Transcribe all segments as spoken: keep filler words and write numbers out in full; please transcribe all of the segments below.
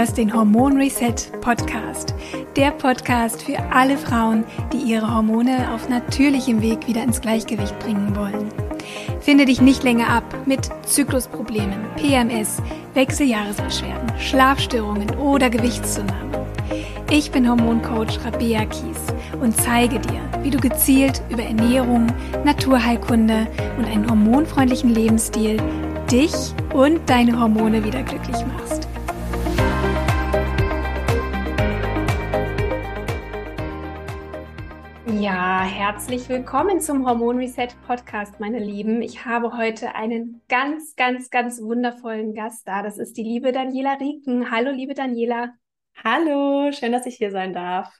hörst den Hormon Reset Podcast. Der Podcast für alle Frauen, die ihre Hormone auf natürlichem Weg wieder ins Gleichgewicht bringen wollen. Finde dich nicht länger ab mit Zyklusproblemen, P M S, Wechseljahresbeschwerden, Schlafstörungen oder Gewichtszunahme. Ich bin Hormoncoach Rabea Kies und zeige dir, wie du gezielt über Ernährung, Naturheilkunde und einen hormonfreundlichen Lebensstil dich und deine Hormone wieder glücklich machst. Ja, herzlich willkommen zum Hormon Reset Podcast, meine Lieben. Ich habe heute einen ganz, ganz, ganz wundervollen Gast da. Das ist die liebe Daniela Rieken. Hallo, liebe Daniela. Hallo, schön, dass ich hier sein darf.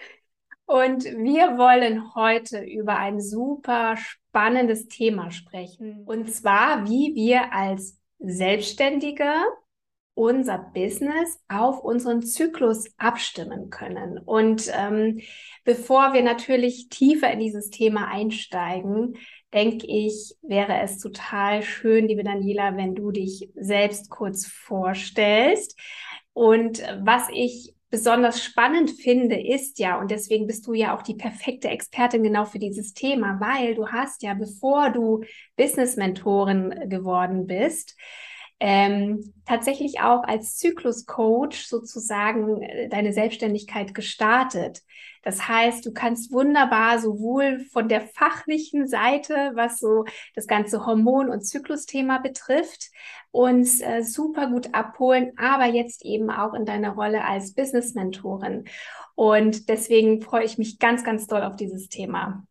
Und wir wollen heute über ein super spannendes Thema sprechen. Und zwar, wie wir als Selbstständige unser Business auf unseren Zyklus abstimmen können. Und ähm, bevor wir natürlich tiefer in dieses Thema einsteigen, denke ich, wäre es total schön, liebe Daniela, wenn du dich selbst kurz vorstellst. Und was ich besonders spannend finde, ist ja, und deswegen bist du ja auch die perfekte Expertin genau für dieses Thema, weil du hast ja, bevor du Business-Mentorin geworden bist, ähm, tatsächlich auch als Zyklus-Coach sozusagen äh, deine Selbstständigkeit gestartet. Das heißt, du kannst wunderbar sowohl von der fachlichen Seite, was so das ganze Hormon- und Zyklusthema betrifft, uns äh, super gut abholen, aber jetzt eben auch in deiner Rolle als Business-Mentorin. Und deswegen freue ich mich ganz, ganz doll auf dieses Thema.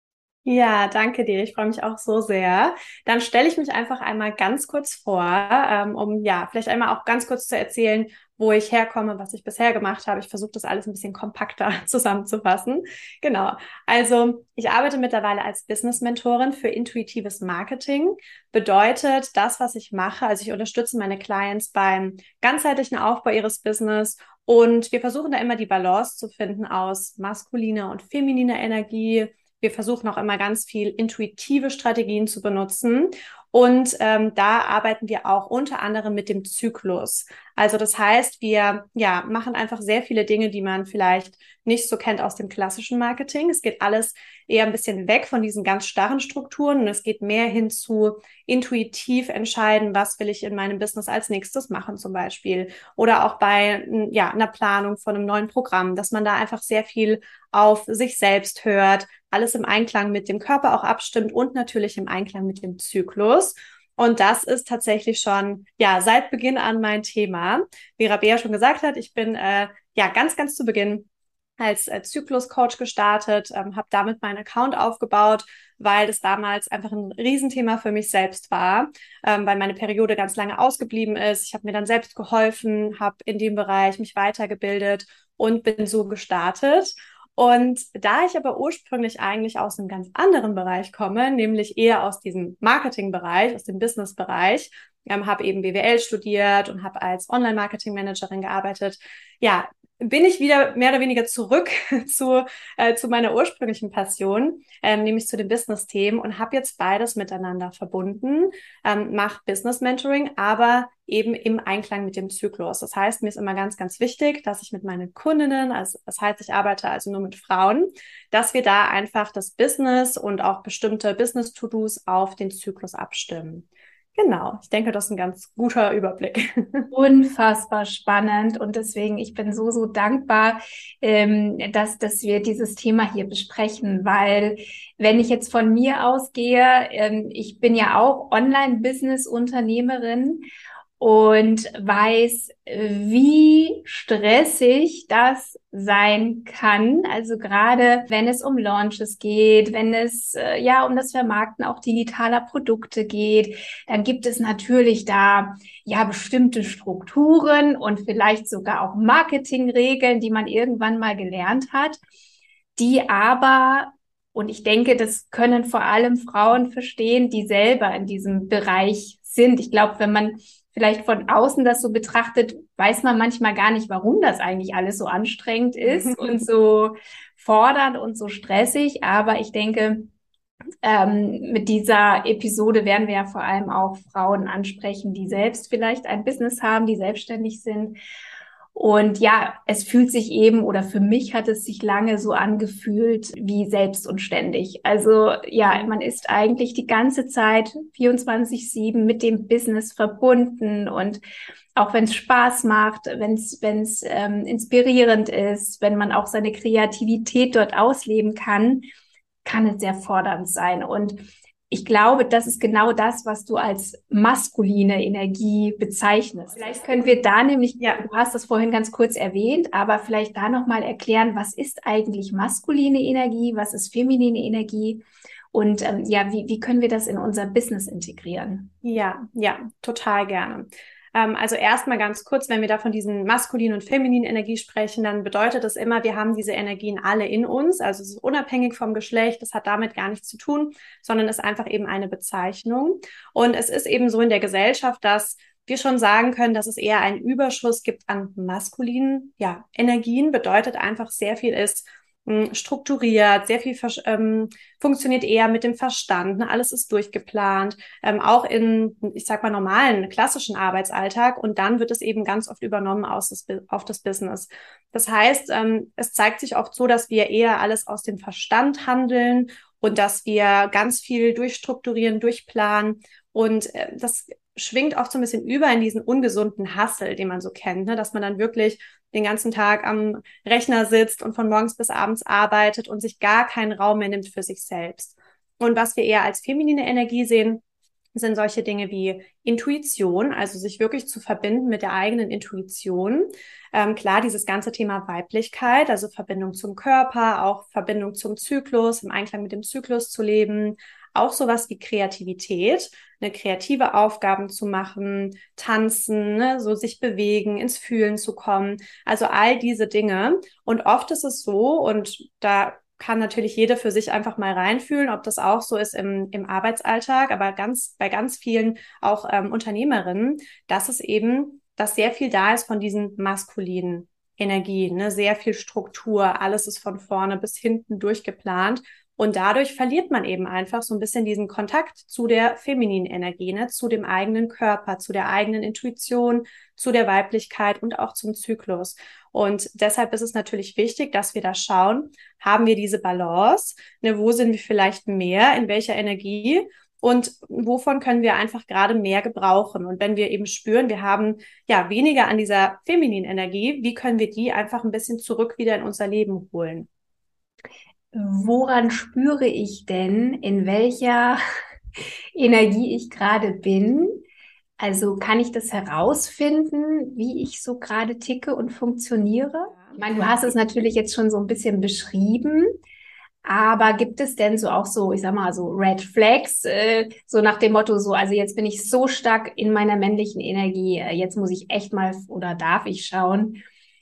Ja, danke dir. Ich freue mich auch so sehr. Dann stelle ich mich einfach einmal ganz kurz vor, ähm, um ja, vielleicht einmal auch ganz kurz zu erzählen, wo ich herkomme, was ich bisher gemacht habe. Ich versuche das alles ein bisschen kompakter zusammenzufassen. Genau. Also, ich arbeite mittlerweile als Business-Mentorin für intuitives Marketing. Bedeutet, das, was ich mache, also ich unterstütze meine Clients beim ganzheitlichen Aufbau ihres Business und wir versuchen da immer die Balance zu finden aus maskuliner und femininer Energie. Wir versuchen auch immer ganz viel intuitive Strategien zu benutzen. Und ähm, da arbeiten wir auch unter anderem mit dem Zyklus. Also das heißt, wir ja, machen einfach sehr viele Dinge, die man vielleicht nicht so kennt aus dem klassischen Marketing. Es geht alles eher ein bisschen weg von diesen ganz starren Strukturen und es geht mehr hin zu intuitiv entscheiden, was will ich in meinem Business als nächstes machen zum Beispiel. Oder auch bei ja, einer Planung von einem neuen Programm, dass man da einfach sehr viel auf sich selbst hört, alles im Einklang mit dem Körper auch abstimmt und natürlich im Einklang mit dem Zyklus. Und das ist tatsächlich schon, ja, seit Beginn an mein Thema. Wie Rabea schon gesagt hat, ich bin, äh, ja, ganz, ganz zu Beginn als äh, Zyklus-Coach gestartet, ähm, habe damit meinen Account aufgebaut, weil das damals einfach ein Riesenthema für mich selbst war, ähm, weil meine Periode ganz lange ausgeblieben ist. Ich habe mir dann selbst geholfen, habe in dem Bereich mich weitergebildet und bin so gestartet. Und da ich aber ursprünglich eigentlich aus einem ganz anderen Bereich komme, nämlich eher aus diesem Marketingbereich, aus dem Businessbereich, ähm, habe eben B W L studiert und habe als Online-Marketing-Managerin gearbeitet, ja, bin ich wieder mehr oder weniger zurück zu, äh, zu meiner ursprünglichen Passion, ähm, nämlich zu den Business-Themen und habe jetzt beides miteinander verbunden, ähm, mache Business-Mentoring, aber eben im Einklang mit dem Zyklus. Das heißt, mir ist immer ganz, ganz wichtig, dass ich mit meinen Kundinnen, also das heißt, ich arbeite also nur mit Frauen, dass wir da einfach das Business und auch bestimmte Business-To-Dos auf den Zyklus abstimmen. Genau, ich denke, das ist ein ganz guter Überblick. Unfassbar spannend und deswegen, ich bin so, so dankbar, ähm, dass, dass wir dieses Thema hier besprechen, weil wenn ich jetzt von mir ausgehe, ähm, ich bin ja auch Online-Business-Unternehmerin und weiß, wie stressig das sein kann. Also gerade wenn es um Launches geht, wenn es äh, ja um das Vermarkten auch digitaler Produkte geht, dann gibt es natürlich da ja bestimmte Strukturen und vielleicht sogar auch Marketingregeln, die man irgendwann mal gelernt hat, die aber, und ich denke, das können vor allem Frauen verstehen, die selber in diesem Bereich sind. Ich glaube, wenn man vielleicht von außen das so betrachtet, weiß man manchmal gar nicht, warum das eigentlich alles so anstrengend ist und so fordernd und so stressig. Aber ich denke, ähm, mit dieser Episode werden wir ja vor allem auch Frauen ansprechen, die selbst vielleicht ein Business haben, die selbstständig sind. Und ja, es fühlt sich eben, oder für mich hat es sich lange so angefühlt wie selbst und ständig. Also ja, man ist eigentlich die ganze Zeit vierundzwanzig sieben mit dem Business verbunden, und auch wenn es Spaß macht, wenn es wenn es ähm, inspirierend ist, wenn man auch seine Kreativität dort ausleben kann, kann es sehr fordernd sein. Und ich glaube, das ist genau das, was du als maskuline Energie bezeichnest. Vielleicht können wir da nämlich, Ja. du hast das vorhin ganz kurz erwähnt, aber vielleicht da nochmal erklären, was ist eigentlich maskuline Energie, was ist feminine Energie, und ähm, ja, wie, wie können wir das in unser Business integrieren? Ja, ja, total gerne. Ähm, also erstmal ganz kurz, wenn wir da von diesen maskulinen und femininen Energie sprechen, dann bedeutet das immer, wir haben diese Energien alle in uns. Also es ist unabhängig vom Geschlecht, das hat damit gar nichts zu tun, sondern ist einfach eben eine Bezeichnung. Und es ist eben so in der Gesellschaft, dass wir schon sagen können, dass es eher einen Überschuss gibt an maskulinen, ja, Energien, bedeutet einfach sehr viel ist strukturiert, sehr viel ähm, funktioniert eher mit dem Verstand, ne? Alles ist durchgeplant, ähm, auch in, ich sag mal, normalen, klassischen Arbeitsalltag, und dann wird es eben ganz oft übernommen aus das, auf das Business. Das heißt, ähm, es zeigt sich oft so, dass wir eher alles aus dem Verstand handeln und dass wir ganz viel durchstrukturieren, durchplanen, und äh, das schwingt oft so ein bisschen über in diesen ungesunden Hustle, den man so kennt, ne? Dass man dann wirklich den ganzen Tag am Rechner sitzt und von morgens bis abends arbeitet und sich gar keinen Raum mehr nimmt für sich selbst. Und was wir eher als feminine Energie sehen, sind solche Dinge wie Intuition, also sich wirklich zu verbinden mit der eigenen Intuition. Ähm, klar, dieses ganze Thema Weiblichkeit, also Verbindung zum Körper, auch Verbindung zum Zyklus, im Einklang mit dem Zyklus zu leben, auch sowas wie Kreativität, eine kreative Aufgaben zu machen, tanzen, ne, so sich bewegen, ins Fühlen zu kommen, also all diese Dinge. Und oft ist es so, und da kann natürlich jeder für sich einfach mal reinfühlen, ob das auch so ist im, im Arbeitsalltag, aber ganz bei ganz vielen auch ähm, Unternehmerinnen, dass es eben, dass sehr viel da ist von diesen maskulinen Energien, ne? Sehr viel Struktur, alles ist von vorne bis hinten durchgeplant. Und dadurch verliert man eben einfach so ein bisschen diesen Kontakt zu der femininen Energie, ne? Zu dem eigenen Körper, zu der eigenen Intuition, zu der Weiblichkeit und auch zum Zyklus. Und deshalb ist es natürlich wichtig, dass wir da schauen, haben wir diese Balance, ne? Wo sind wir vielleicht mehr, in welcher Energie? Und wovon können wir einfach gerade mehr gebrauchen? Und wenn wir eben spüren, wir haben ja weniger an dieser femininen Energie, wie können wir die einfach ein bisschen zurück wieder in unser Leben holen? Woran spüre ich denn, in welcher Energie ich gerade bin? Also kann ich das herausfinden, wie ich so gerade ticke und funktioniere? Ich meine, du hast es natürlich jetzt schon so ein bisschen beschrieben, aber gibt es denn so auch so, ich sag mal, so Red Flags, äh, so nach dem Motto, so, also jetzt bin ich so stark in meiner männlichen Energie, äh, jetzt muss ich echt mal oder darf ich schauen,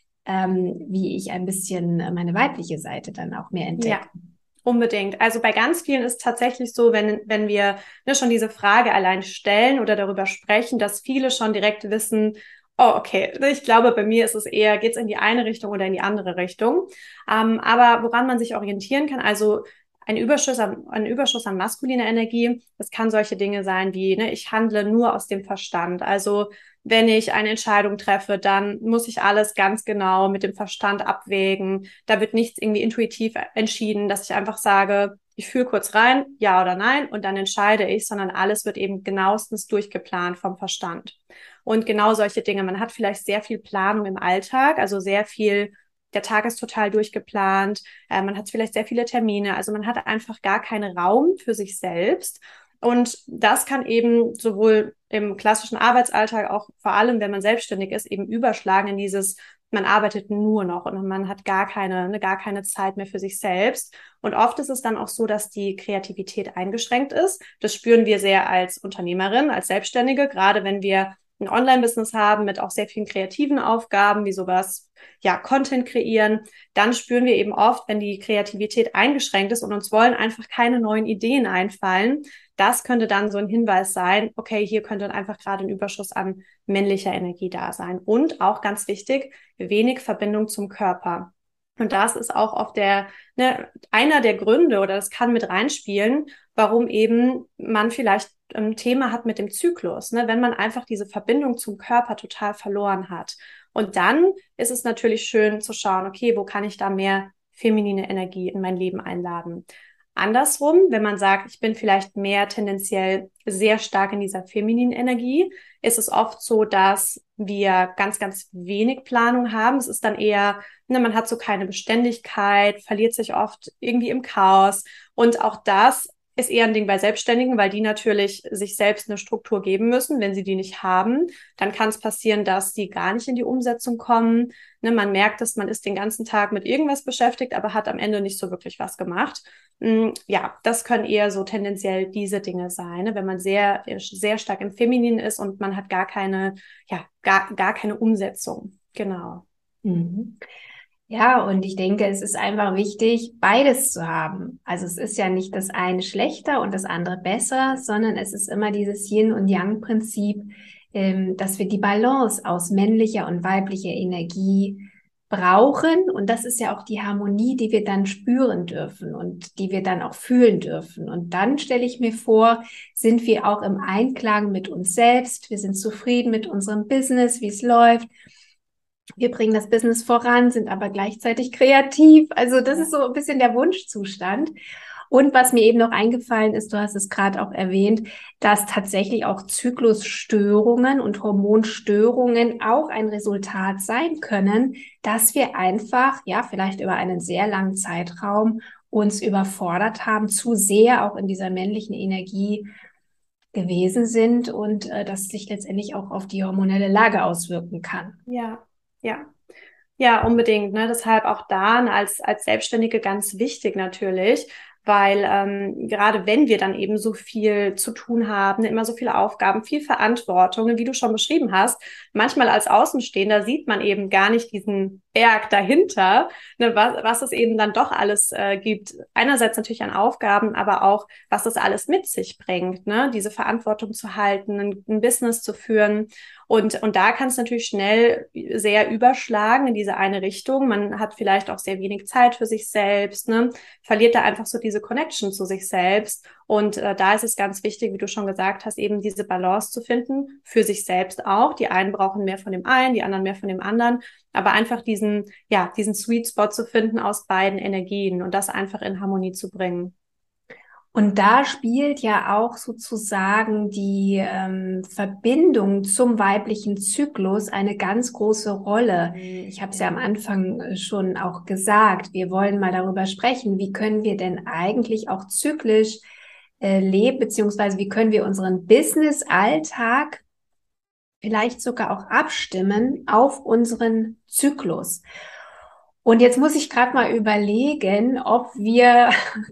ähm, wie ich ein bisschen meine weibliche Seite dann auch mehr Ja. entdecke. Unbedingt. Also bei ganz vielen ist tatsächlich so, wenn, wenn wir ne, schon diese Frage allein stellen oder darüber sprechen, dass viele schon direkt wissen, oh, okay, ich glaube, bei mir ist es eher, geht's in die eine Richtung oder in die andere Richtung. Ähm, aber woran man sich orientieren kann, also ein Überschuss an, ein Überschuss an maskuliner Energie, das kann solche Dinge sein wie, ne, ich handle nur aus dem Verstand. Also wenn ich eine Entscheidung treffe, dann muss ich alles ganz genau mit dem Verstand abwägen. Da wird nichts irgendwie intuitiv entschieden, dass ich einfach sage, ich fühle kurz rein, ja oder nein, und dann entscheide ich, sondern alles wird eben genauestens durchgeplant vom Verstand. Und genau solche Dinge. Man hat vielleicht sehr viel Planung im Alltag, also sehr viel, der Tag ist total durchgeplant, äh, man hat vielleicht sehr viele Termine, also man hat einfach gar keinen Raum für sich selbst. Und das kann eben sowohl im klassischen Arbeitsalltag, auch vor allem, wenn man selbstständig ist, eben überschlagen in dieses, man arbeitet nur noch und man hat gar keine, ne, gar keine Zeit mehr für sich selbst. Und oft ist es dann auch so, dass die Kreativität eingeschränkt ist. Das spüren wir sehr als Unternehmerin, als Selbstständige, gerade wenn wir ein Online-Business haben mit auch sehr vielen kreativen Aufgaben, wie sowas, ja, Content kreieren, dann spüren wir eben oft, wenn die Kreativität eingeschränkt ist und uns wollen einfach keine neuen Ideen einfallen. Das könnte dann so ein Hinweis sein, okay, hier könnte einfach gerade ein Überschuss an männlicher Energie da sein. Und auch ganz wichtig, wenig Verbindung zum Körper. Und das ist auch oft der, ne, einer der Gründe, oder das kann mit reinspielen, warum eben man vielleicht ein Thema hat mit dem Zyklus, ne? Wenn man einfach diese Verbindung zum Körper total verloren hat. Und dann ist es natürlich schön zu schauen, okay, wo kann ich da mehr feminine Energie in mein Leben einladen? Andersrum, wenn man sagt, ich bin vielleicht mehr tendenziell sehr stark in dieser femininen Energie, ist es oft so, dass wir ganz, ganz wenig Planung haben. Es ist dann eher, ne, man hat so keine Beständigkeit, verliert sich oft irgendwie im Chaos. Und auch das ist eher ein Ding bei Selbstständigen, weil die natürlich sich selbst eine Struktur geben müssen. Wenn sie die nicht haben, dann kann es passieren, dass die gar nicht in die Umsetzung kommen. Ne, man merkt, dass man ist den ganzen Tag mit irgendwas beschäftigt, aber hat am Ende nicht so wirklich was gemacht. Ja, das können eher so tendenziell diese Dinge sein, ne? Wenn man sehr, sehr stark im Femininen ist und man hat gar keine, ja, gar, gar keine Umsetzung. Genau. Mhm. Ja, und ich denke, es ist einfach wichtig, beides zu haben. Also es ist ja nicht das eine schlechter und das andere besser, sondern es ist immer dieses Yin- und Yang-Prinzip, ähm, dass wir die Balance aus männlicher und weiblicher Energie brauchen. Und das ist ja auch die Harmonie, die wir dann spüren dürfen und die wir dann auch fühlen dürfen. Und dann stelle ich mir vor, sind wir auch im Einklang mit uns selbst. Wir sind zufrieden mit unserem Business, wie es läuft. Wir bringen das Business voran, sind aber gleichzeitig kreativ. Also das ist so ein bisschen der Wunschzustand. Und was mir eben noch eingefallen ist, du hast es gerade auch erwähnt, dass tatsächlich auch Zyklusstörungen und Hormonstörungen auch ein Resultat sein können, dass wir einfach, ja, vielleicht über einen sehr langen Zeitraum uns überfordert haben, zu sehr auch in dieser männlichen Energie gewesen sind und äh, das sich letztendlich auch auf die hormonelle Lage auswirken kann. Ja, ja. Ja, unbedingt. Ne? Deshalb auch da ne, als, als Selbstständige ganz wichtig natürlich, weil ähm, gerade wenn wir dann eben so viel zu tun haben, ne, immer so viele Aufgaben, viel Verantwortung, ne, wie du schon beschrieben hast, manchmal als Außenstehender sieht man eben gar nicht diesen Berg dahinter, ne, was, was es eben dann doch alles äh, gibt. Einerseits natürlich an Aufgaben, aber auch, was das alles mit sich bringt, ne? Diese Verantwortung zu halten, ein, ein Business zu führen. Und, und da kann es natürlich schnell sehr überschlagen in diese eine Richtung. Man hat vielleicht auch sehr wenig Zeit für sich selbst, ne? Verliert da einfach so diese Connection zu sich selbst. Und äh, da ist es ganz wichtig, wie du schon gesagt hast, eben diese Balance zu finden, für sich selbst auch. Die einen brauchen mehr von dem einen, die anderen mehr von dem anderen. Aber einfach diesen, ja, diesen Sweet Spot zu finden aus beiden Energien und das einfach in Harmonie zu bringen. Und da spielt ja auch sozusagen die ähm, Verbindung zum weiblichen Zyklus eine ganz große Rolle. Ich habe es ja am Anfang äh, schon auch gesagt. Wir wollen mal darüber sprechen, wie können wir denn eigentlich auch zyklisch äh, leben, beziehungsweise wie können wir unseren Business-Alltag vielleicht sogar auch abstimmen auf unseren Zyklus. Und jetzt muss ich gerade mal überlegen, ob wir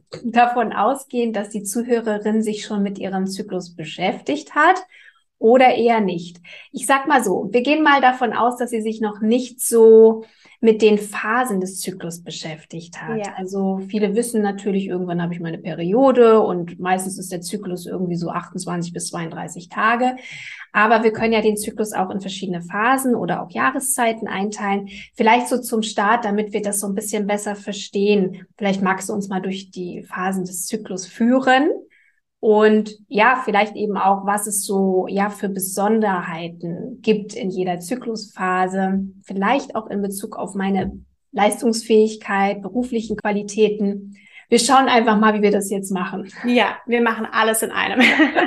davon ausgehen, dass die Zuhörerin sich schon mit ihrem Zyklus beschäftigt hat oder eher nicht. Ich sag mal so, wir gehen mal davon aus, dass sie sich noch nicht so mit den Phasen des Zyklus beschäftigt hat. Ja. Also viele wissen natürlich, irgendwann habe ich meine Periode und meistens ist der Zyklus irgendwie so achtundzwanzig bis zweiunddreißig Tage. Aber wir können ja den Zyklus auch in verschiedene Phasen oder auch Jahreszeiten einteilen. Vielleicht so zum Start, damit wir das so ein bisschen besser verstehen. Vielleicht magst du uns mal durch die Phasen des Zyklus führen. Und ja, vielleicht eben auch, was es so, ja, für Besonderheiten gibt in jeder Zyklusphase. Vielleicht auch in Bezug auf meine Leistungsfähigkeit, beruflichen Qualitäten. Wir schauen einfach mal, wie wir das jetzt machen. Ja, wir machen alles in einem.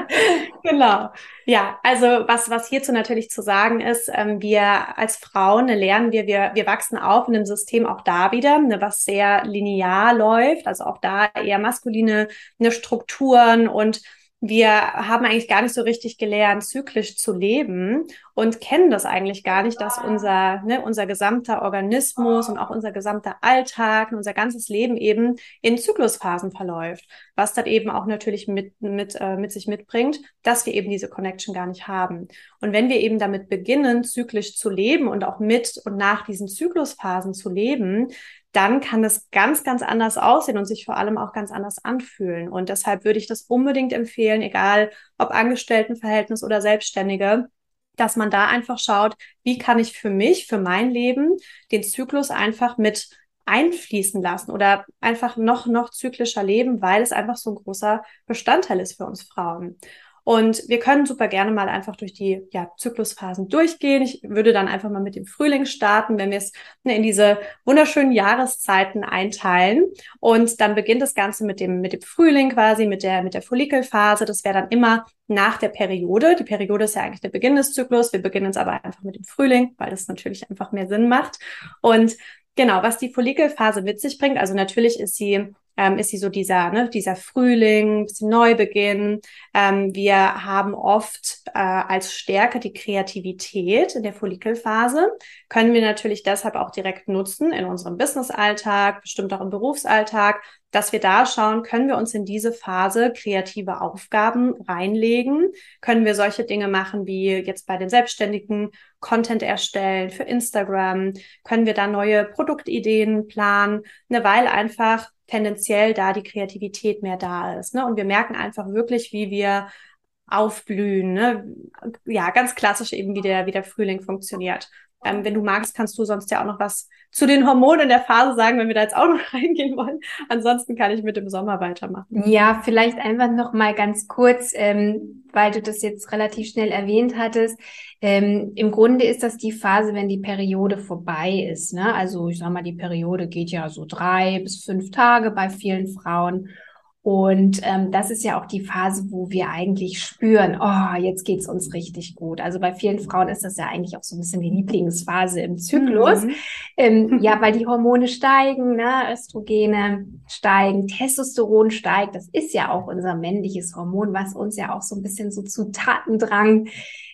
Genau. Ja, also was, was hierzu natürlich zu sagen ist, ähm, wir als Frauen ne, lernen wir, wir, wir wachsen auf in einem System auch da wieder, ne, was sehr linear läuft, also auch da eher maskuline ne, Strukturen und wir haben eigentlich gar nicht so richtig gelernt, zyklisch zu leben und kennen das eigentlich gar nicht, dass unser, ne, unser gesamter Organismus und auch unser gesamter Alltag, unser ganzes Leben eben in Zyklusphasen verläuft, was dann eben auch natürlich mit, mit, äh, mit sich mitbringt, dass wir eben diese Connection gar nicht haben. Und wenn wir eben damit beginnen, zyklisch zu leben und auch mit und nach diesen Zyklusphasen zu leben, dann kann das ganz, ganz anders aussehen und sich vor allem auch ganz anders anfühlen. Und deshalb würde ich das unbedingt empfehlen, egal ob Angestelltenverhältnis oder Selbstständige, dass man da einfach schaut, wie kann ich für mich, für mein Leben den Zyklus einfach mit einfließen lassen oder einfach noch, noch zyklischer leben, weil es einfach so ein großer Bestandteil ist für uns Frauen. Und wir können super gerne mal einfach durch die ja, Zyklusphasen durchgehen. Ich würde dann einfach mal mit dem Frühling starten, wenn wir es ne, in diese wunderschönen Jahreszeiten einteilen. Und dann beginnt das Ganze mit dem, mit dem Frühling quasi, mit der, mit der Follikelphase. Das wäre dann immer nach der Periode. Die Periode ist ja eigentlich der Beginn des Zyklus. Wir beginnen jetzt aber einfach mit dem Frühling, weil das natürlich einfach mehr Sinn macht. Und genau, was die Follikelphase mit sich bringt, also natürlich ist sie ähm, ist sie so dieser, ne, dieser Frühling, bisschen Neubeginn. Ähm, wir haben oft äh, als Stärke die Kreativität in der Follikelphase. Können wir natürlich deshalb auch direkt nutzen in unserem Business-Alltag, bestimmt auch im Berufsalltag, dass wir da schauen, können wir uns in diese Phase kreative Aufgaben reinlegen? Können wir solche Dinge machen wie jetzt bei den Selbstständigen Content erstellen für Instagram? Können wir da neue Produktideen planen? Ne, weil einfach tendenziell da die Kreativität mehr da ist. Ne? Und wir merken einfach wirklich, wie wir aufblühen. Ne? Ja, ganz klassisch eben, wie der, wie der Frühling funktioniert. Ähm, wenn du magst, kannst du sonst ja auch noch was zu den Hormonen in der Phase sagen, wenn wir da jetzt auch noch reingehen wollen. Ansonsten kann ich mit dem Sommer weitermachen. Ja, vielleicht einfach noch mal ganz kurz, ähm, weil du das jetzt relativ schnell erwähnt hattest. Ähm, im Grunde ist das die Phase, wenn die Periode vorbei ist, ne? Also ich sag mal, die Periode geht ja so drei bis fünf Tage bei vielen Frauen. Und ähm, das ist ja auch die Phase, wo wir eigentlich spüren, oh, jetzt geht's uns richtig gut. Also bei vielen Frauen ist das ja eigentlich auch so ein bisschen die Lieblingsphase im Zyklus. Mhm. Ähm, ja, weil die Hormone steigen, ne? Östrogene steigen, Testosteron steigt. Das ist ja auch unser männliches Hormon, was uns ja auch so ein bisschen so zu Tatendrang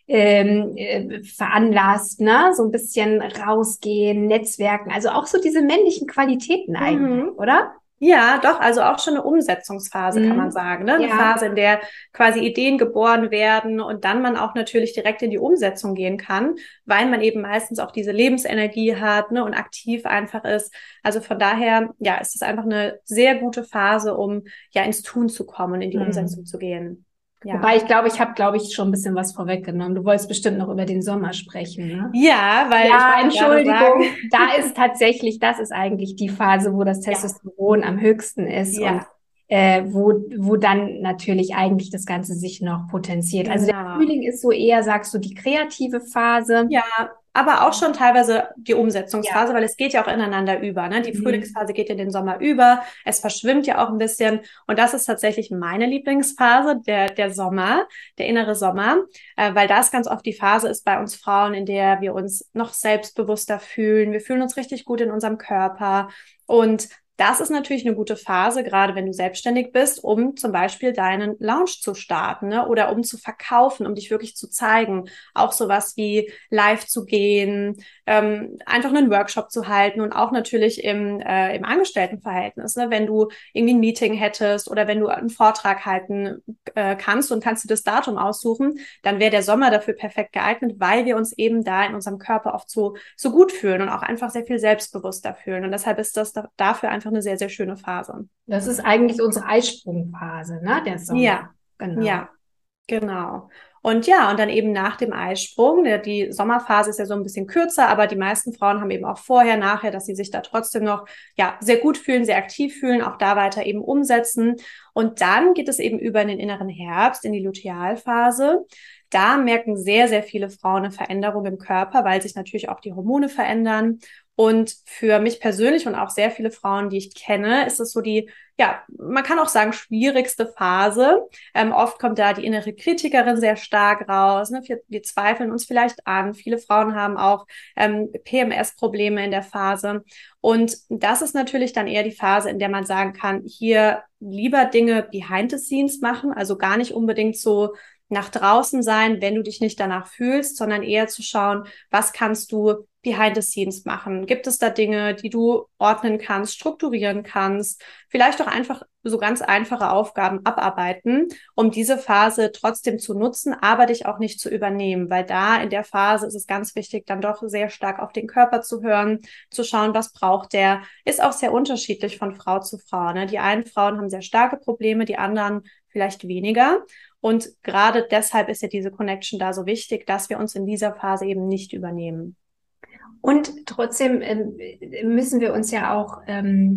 ähm, äh, veranlasst, ne? So ein bisschen rausgehen, Netzwerken. Also auch so diese männlichen Qualitäten eigentlich, Mhm. oder? Ja, doch, also auch schon eine Umsetzungsphase, kann man Mhm. sagen, ne? Eine Ja. Phase, in der quasi Ideen geboren werden und dann man auch natürlich direkt in die Umsetzung gehen kann, weil man eben meistens auch diese Lebensenergie hat, ne? Und aktiv einfach ist. Also von daher, ja, ist es einfach eine sehr gute Phase, um ja ins Tun zu kommen und in die Umsetzung Mhm. zu gehen. Ja. Wobei ich glaube, ich habe, glaube ich, schon ein bisschen was vorweggenommen. Du wolltest bestimmt noch über den Sommer sprechen, ne? Ja, weil ich Ja, wollte gerade sagen, Entschuldigung. Da ist tatsächlich, das ist eigentlich die Phase, wo das ja, Testosteron am höchsten ist und ja, äh, wo, wo dann natürlich eigentlich das Ganze sich noch potenziert. Also der genau. Frühling ist so eher, sagst du, die kreative Phase. Ja, aber auch schon teilweise die Ja. Umsetzungsphase, weil es geht ja auch ineinander über. Ne? Die Mhm. Frühlingsphase geht in den Sommer über, es verschwimmt ja auch ein bisschen. Und das ist tatsächlich meine Lieblingsphase, der, der Sommer, der innere Sommer, äh, weil das ganz oft die Phase ist bei uns Frauen, in der wir uns noch selbstbewusster fühlen. Wir fühlen uns richtig gut in unserem Körper. Und das ist natürlich eine gute Phase, gerade wenn du selbstständig bist, um zum Beispiel deinen Launch zu starten, ne? Oder um zu verkaufen, um dich wirklich zu zeigen. Auch sowas wie live zu gehen, ähm, einfach einen Workshop zu halten und auch natürlich im, äh, im Angestelltenverhältnis, ne? Wenn du irgendwie ein Meeting hättest oder wenn du einen Vortrag halten äh, kannst und kannst dir das Datum aussuchen, dann wäre der Sommer dafür perfekt geeignet, weil wir uns eben da in unserem Körper oft so, so gut fühlen und auch einfach sehr viel selbstbewusster fühlen. Und deshalb ist das da, dafür einfach eine sehr, sehr schöne Phase. Das ist eigentlich unsere Eisprungphase, ne? Der Sommer. Ja, Genau. ja. Genau. Und ja, und dann eben nach dem Eisprung, der, die Sommerphase ist ja so ein bisschen kürzer, aber die meisten Frauen haben eben auch vorher, nachher, dass sie sich da trotzdem noch, ja, sehr gut fühlen, sehr aktiv fühlen, auch da weiter eben umsetzen. Und dann geht es eben über in den inneren Herbst, in die Lutealphase. Da merken sehr, sehr viele Frauen eine Veränderung im Körper, weil sich natürlich auch die Hormone verändern. Und für mich persönlich und auch sehr viele Frauen, die ich kenne, ist es so die, ja, man kann auch sagen, schwierigste Phase. Ähm, oft kommt da die innere Kritikerin sehr stark raus. Ne? Wir, wir zweifeln uns vielleicht an. Viele Frauen haben auch ähm, P M S-Probleme in der Phase. Und das ist natürlich dann eher die Phase, in der man sagen kann, hier lieber Dinge behind the scenes machen, also gar nicht unbedingt so nach draußen sein, wenn du dich nicht danach fühlst, sondern eher zu schauen, was kannst du behind the scenes machen? Gibt es da Dinge, die du ordnen kannst, strukturieren kannst? Vielleicht auch einfach so ganz einfache Aufgaben abarbeiten, um diese Phase trotzdem zu nutzen, aber dich auch nicht zu übernehmen, weil da in der Phase ist es ganz wichtig, dann doch sehr stark auf den Körper zu hören, zu schauen, was braucht der. Ist auch sehr unterschiedlich von Frau zu Frau. Ne? Die einen Frauen haben sehr starke Probleme, die anderen vielleicht weniger. Und gerade deshalb ist ja diese Connection da so wichtig, dass wir uns in dieser Phase eben nicht übernehmen. Und trotzdem ähm, müssen wir uns ja auch ähm,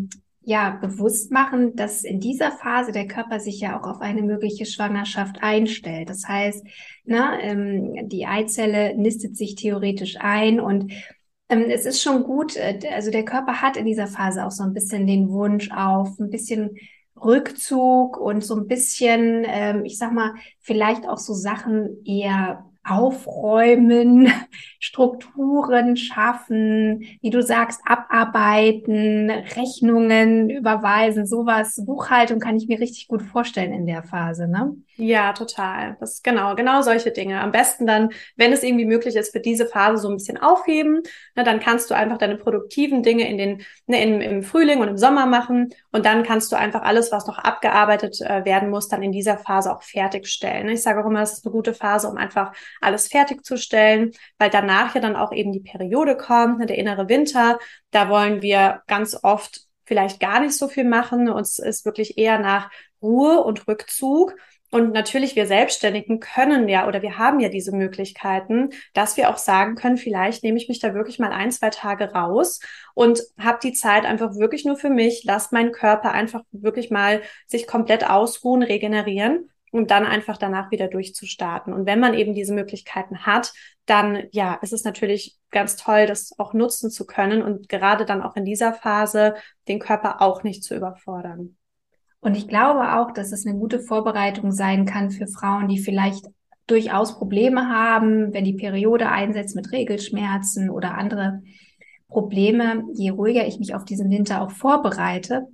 ja bewusst machen, dass in dieser Phase der Körper sich ja auch auf eine mögliche Schwangerschaft einstellt. Das heißt, ne, ähm, die Eizelle nistet sich theoretisch ein und ähm, es ist schon gut, äh, also der Körper hat in dieser Phase auch so ein bisschen den Wunsch auf ein bisschen Rückzug und so ein bisschen, ähm, ich sag mal, vielleicht auch so Sachen eher aufräumen, Strukturen schaffen, wie du sagst, abarbeiten, Rechnungen überweisen, sowas. Buchhaltung kann ich mir richtig gut vorstellen in der Phase, ne? Ja, total. Das ist genau, genau solche Dinge. Am besten dann, wenn es irgendwie möglich ist, für diese Phase so ein bisschen aufheben. Ne, dann kannst du einfach deine produktiven Dinge in den, ne, im, im Frühling und im Sommer machen. Und dann kannst du einfach alles, was noch abgearbeitet äh, werden muss, dann in dieser Phase auch fertigstellen. Ne? Ich sage auch immer, es ist eine gute Phase, um einfach alles fertigzustellen, weil danach ja dann auch eben die Periode kommt, ne, der innere Winter. Da wollen wir ganz oft vielleicht gar nicht so viel machen. Uns ist wirklich eher nach Ruhe und Rückzug. Und natürlich, wir Selbstständigen können ja oder wir haben ja diese Möglichkeiten, dass wir auch sagen können, vielleicht nehme ich mich da wirklich mal ein, zwei Tage raus und habe die Zeit einfach wirklich nur für mich, lass meinen Körper einfach wirklich mal sich komplett ausruhen, regenerieren und dann einfach danach wieder durchzustarten. Und wenn man eben diese Möglichkeiten hat, dann ja, ist es natürlich ganz toll, das auch nutzen zu können und gerade dann auch in dieser Phase den Körper auch nicht zu überfordern. Und ich glaube auch, dass es eine gute Vorbereitung sein kann für Frauen, die vielleicht durchaus Probleme haben, wenn die Periode einsetzt mit Regelschmerzen oder andere Probleme. Je ruhiger ich mich auf diesen Winter auch vorbereite,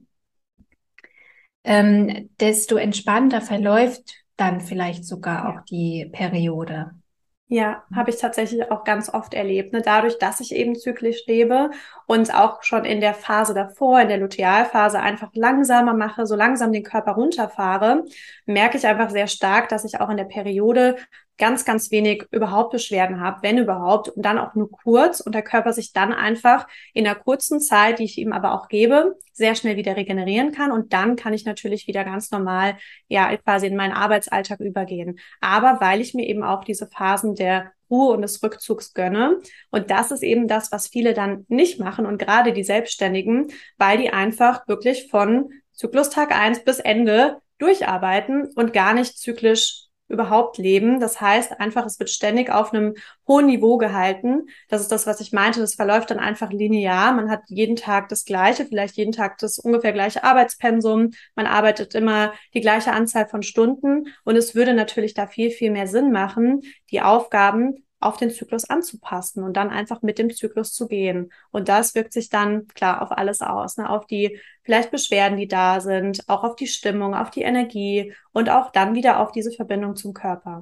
ähm, desto entspannter verläuft dann vielleicht sogar auch Ja. die Periode. Ja, habe ich tatsächlich auch ganz oft erlebt. Ne? Dadurch, dass ich eben zyklisch lebe und auch schon in der Phase davor, in der Lutealphase einfach langsamer mache, so langsam den Körper runterfahre, merke ich einfach sehr stark, dass ich auch in der Periode ganz, ganz wenig überhaupt Beschwerden habe, wenn überhaupt, und dann auch nur kurz und der Körper sich dann einfach in einer kurzen Zeit, die ich ihm aber auch gebe, sehr schnell wieder regenerieren kann und dann kann ich natürlich wieder ganz normal, ja, quasi in meinen Arbeitsalltag übergehen. Aber weil ich mir eben auch diese Phasen der Ruhe und des Rückzugs gönne. Und das ist eben das, was viele dann nicht machen und gerade die Selbstständigen, weil die einfach wirklich von Zyklustag eins bis Ende durcharbeiten und gar nicht zyklisch überhaupt leben. Das heißt einfach, es wird ständig auf einem hohen Niveau gehalten. Das ist das, was ich meinte. Das verläuft dann einfach linear. Man hat jeden Tag das Gleiche, vielleicht jeden Tag das ungefähr gleiche Arbeitspensum. Man arbeitet immer die gleiche Anzahl von Stunden. Und es würde natürlich da viel, viel mehr Sinn machen, die Aufgaben auf den Zyklus anzupassen und dann einfach mit dem Zyklus zu gehen. Und das wirkt sich dann klar auf alles aus, ne? Auf die vielleicht Beschwerden, die da sind, auch auf die Stimmung, auf die Energie und auch dann wieder auf diese Verbindung zum Körper.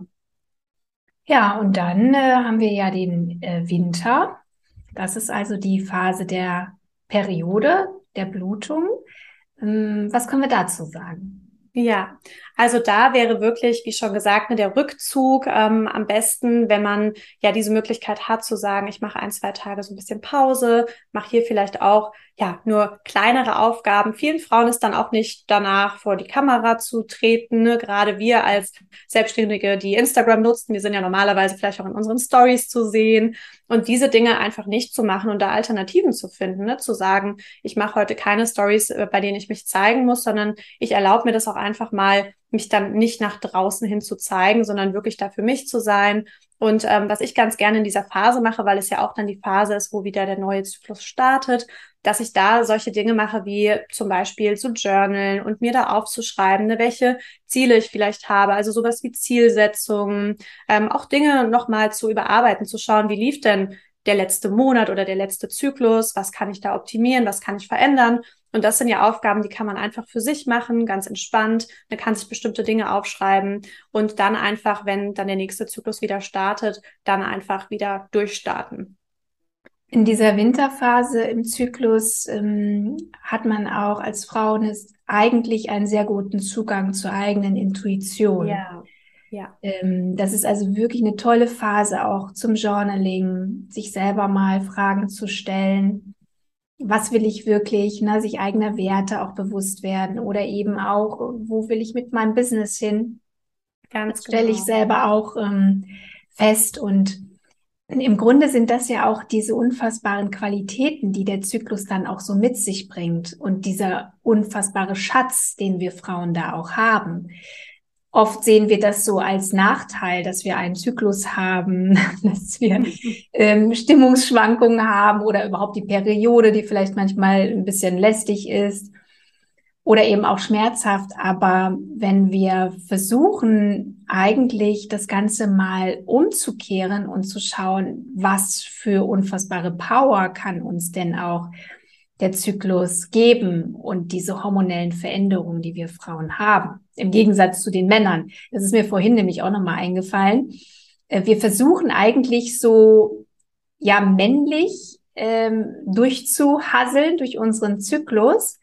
Ja, und dann äh, haben wir ja den äh, Winter. Das ist also die Phase der Periode, der Blutung. Ähm, was können wir dazu sagen? Ja, also da wäre wirklich, wie schon gesagt, ne, der Rückzug ähm, am besten, wenn man ja diese Möglichkeit hat zu sagen, ich mache ein, zwei Tage so ein bisschen Pause, mache hier vielleicht auch ja nur kleinere Aufgaben. Vielen Frauen ist dann auch nicht danach vor die Kamera zu treten. Ne? Gerade wir als Selbstständige, die Instagram nutzen, wir sind ja normalerweise vielleicht auch in unseren Stories zu sehen und diese Dinge einfach nicht zu machen und da Alternativen zu finden, ne? Zu sagen, ich mache heute keine Stories, äh, bei denen ich mich zeigen muss, sondern ich erlaube mir das auch einfach mal, mich dann nicht nach draußen hin zu zeigen, sondern wirklich da für mich zu sein. Und ähm, was ich ganz gerne in dieser Phase mache, weil es ja auch dann die Phase ist, wo wieder der neue Zyklus startet, dass ich da solche Dinge mache, wie zum Beispiel zu journalen und mir da aufzuschreiben, ne, welche Ziele ich vielleicht habe, also sowas wie Zielsetzungen, ähm, auch Dinge nochmal zu überarbeiten, zu schauen, wie lief denn der letzte Monat oder der letzte Zyklus, was kann ich da optimieren, was kann ich verändern. Und das sind ja Aufgaben, die kann man einfach für sich machen, ganz entspannt. Man kann sich bestimmte Dinge aufschreiben und dann einfach, wenn dann der nächste Zyklus wieder startet, dann einfach wieder durchstarten. In dieser Winterphase im Zyklus ähm, hat man auch als Frau eine, eigentlich einen sehr guten Zugang zur eigenen Intuition. Ja, ja, Ähm, das ist also wirklich eine tolle Phase auch zum Journaling, sich selber mal Fragen zu stellen. Was will ich wirklich, ne, sich eigener Werte auch bewusst werden oder eben auch, wo will ich mit meinem Business hin? ganz Das stelle ich genau. selber auch ähm, fest und Im Grunde sind das ja auch diese unfassbaren Qualitäten, die der Zyklus dann auch so mit sich bringt und dieser unfassbare Schatz, den wir Frauen da auch haben. Oft sehen wir das so als Nachteil, dass wir einen Zyklus haben, dass wir ähm, Stimmungsschwankungen haben oder überhaupt die Periode, die vielleicht manchmal ein bisschen lästig ist oder eben auch schmerzhaft. Aber wenn wir versuchen, eigentlich das Ganze mal umzukehren und zu schauen, was für unfassbare Power kann uns denn auch der Zyklus geben und diese hormonellen Veränderungen, die wir Frauen haben, im Gegensatz zu den Männern. Das ist mir vorhin nämlich auch nochmal eingefallen. Wir versuchen eigentlich so, ja, männlich ähm, durchzuhasseln durch unseren Zyklus,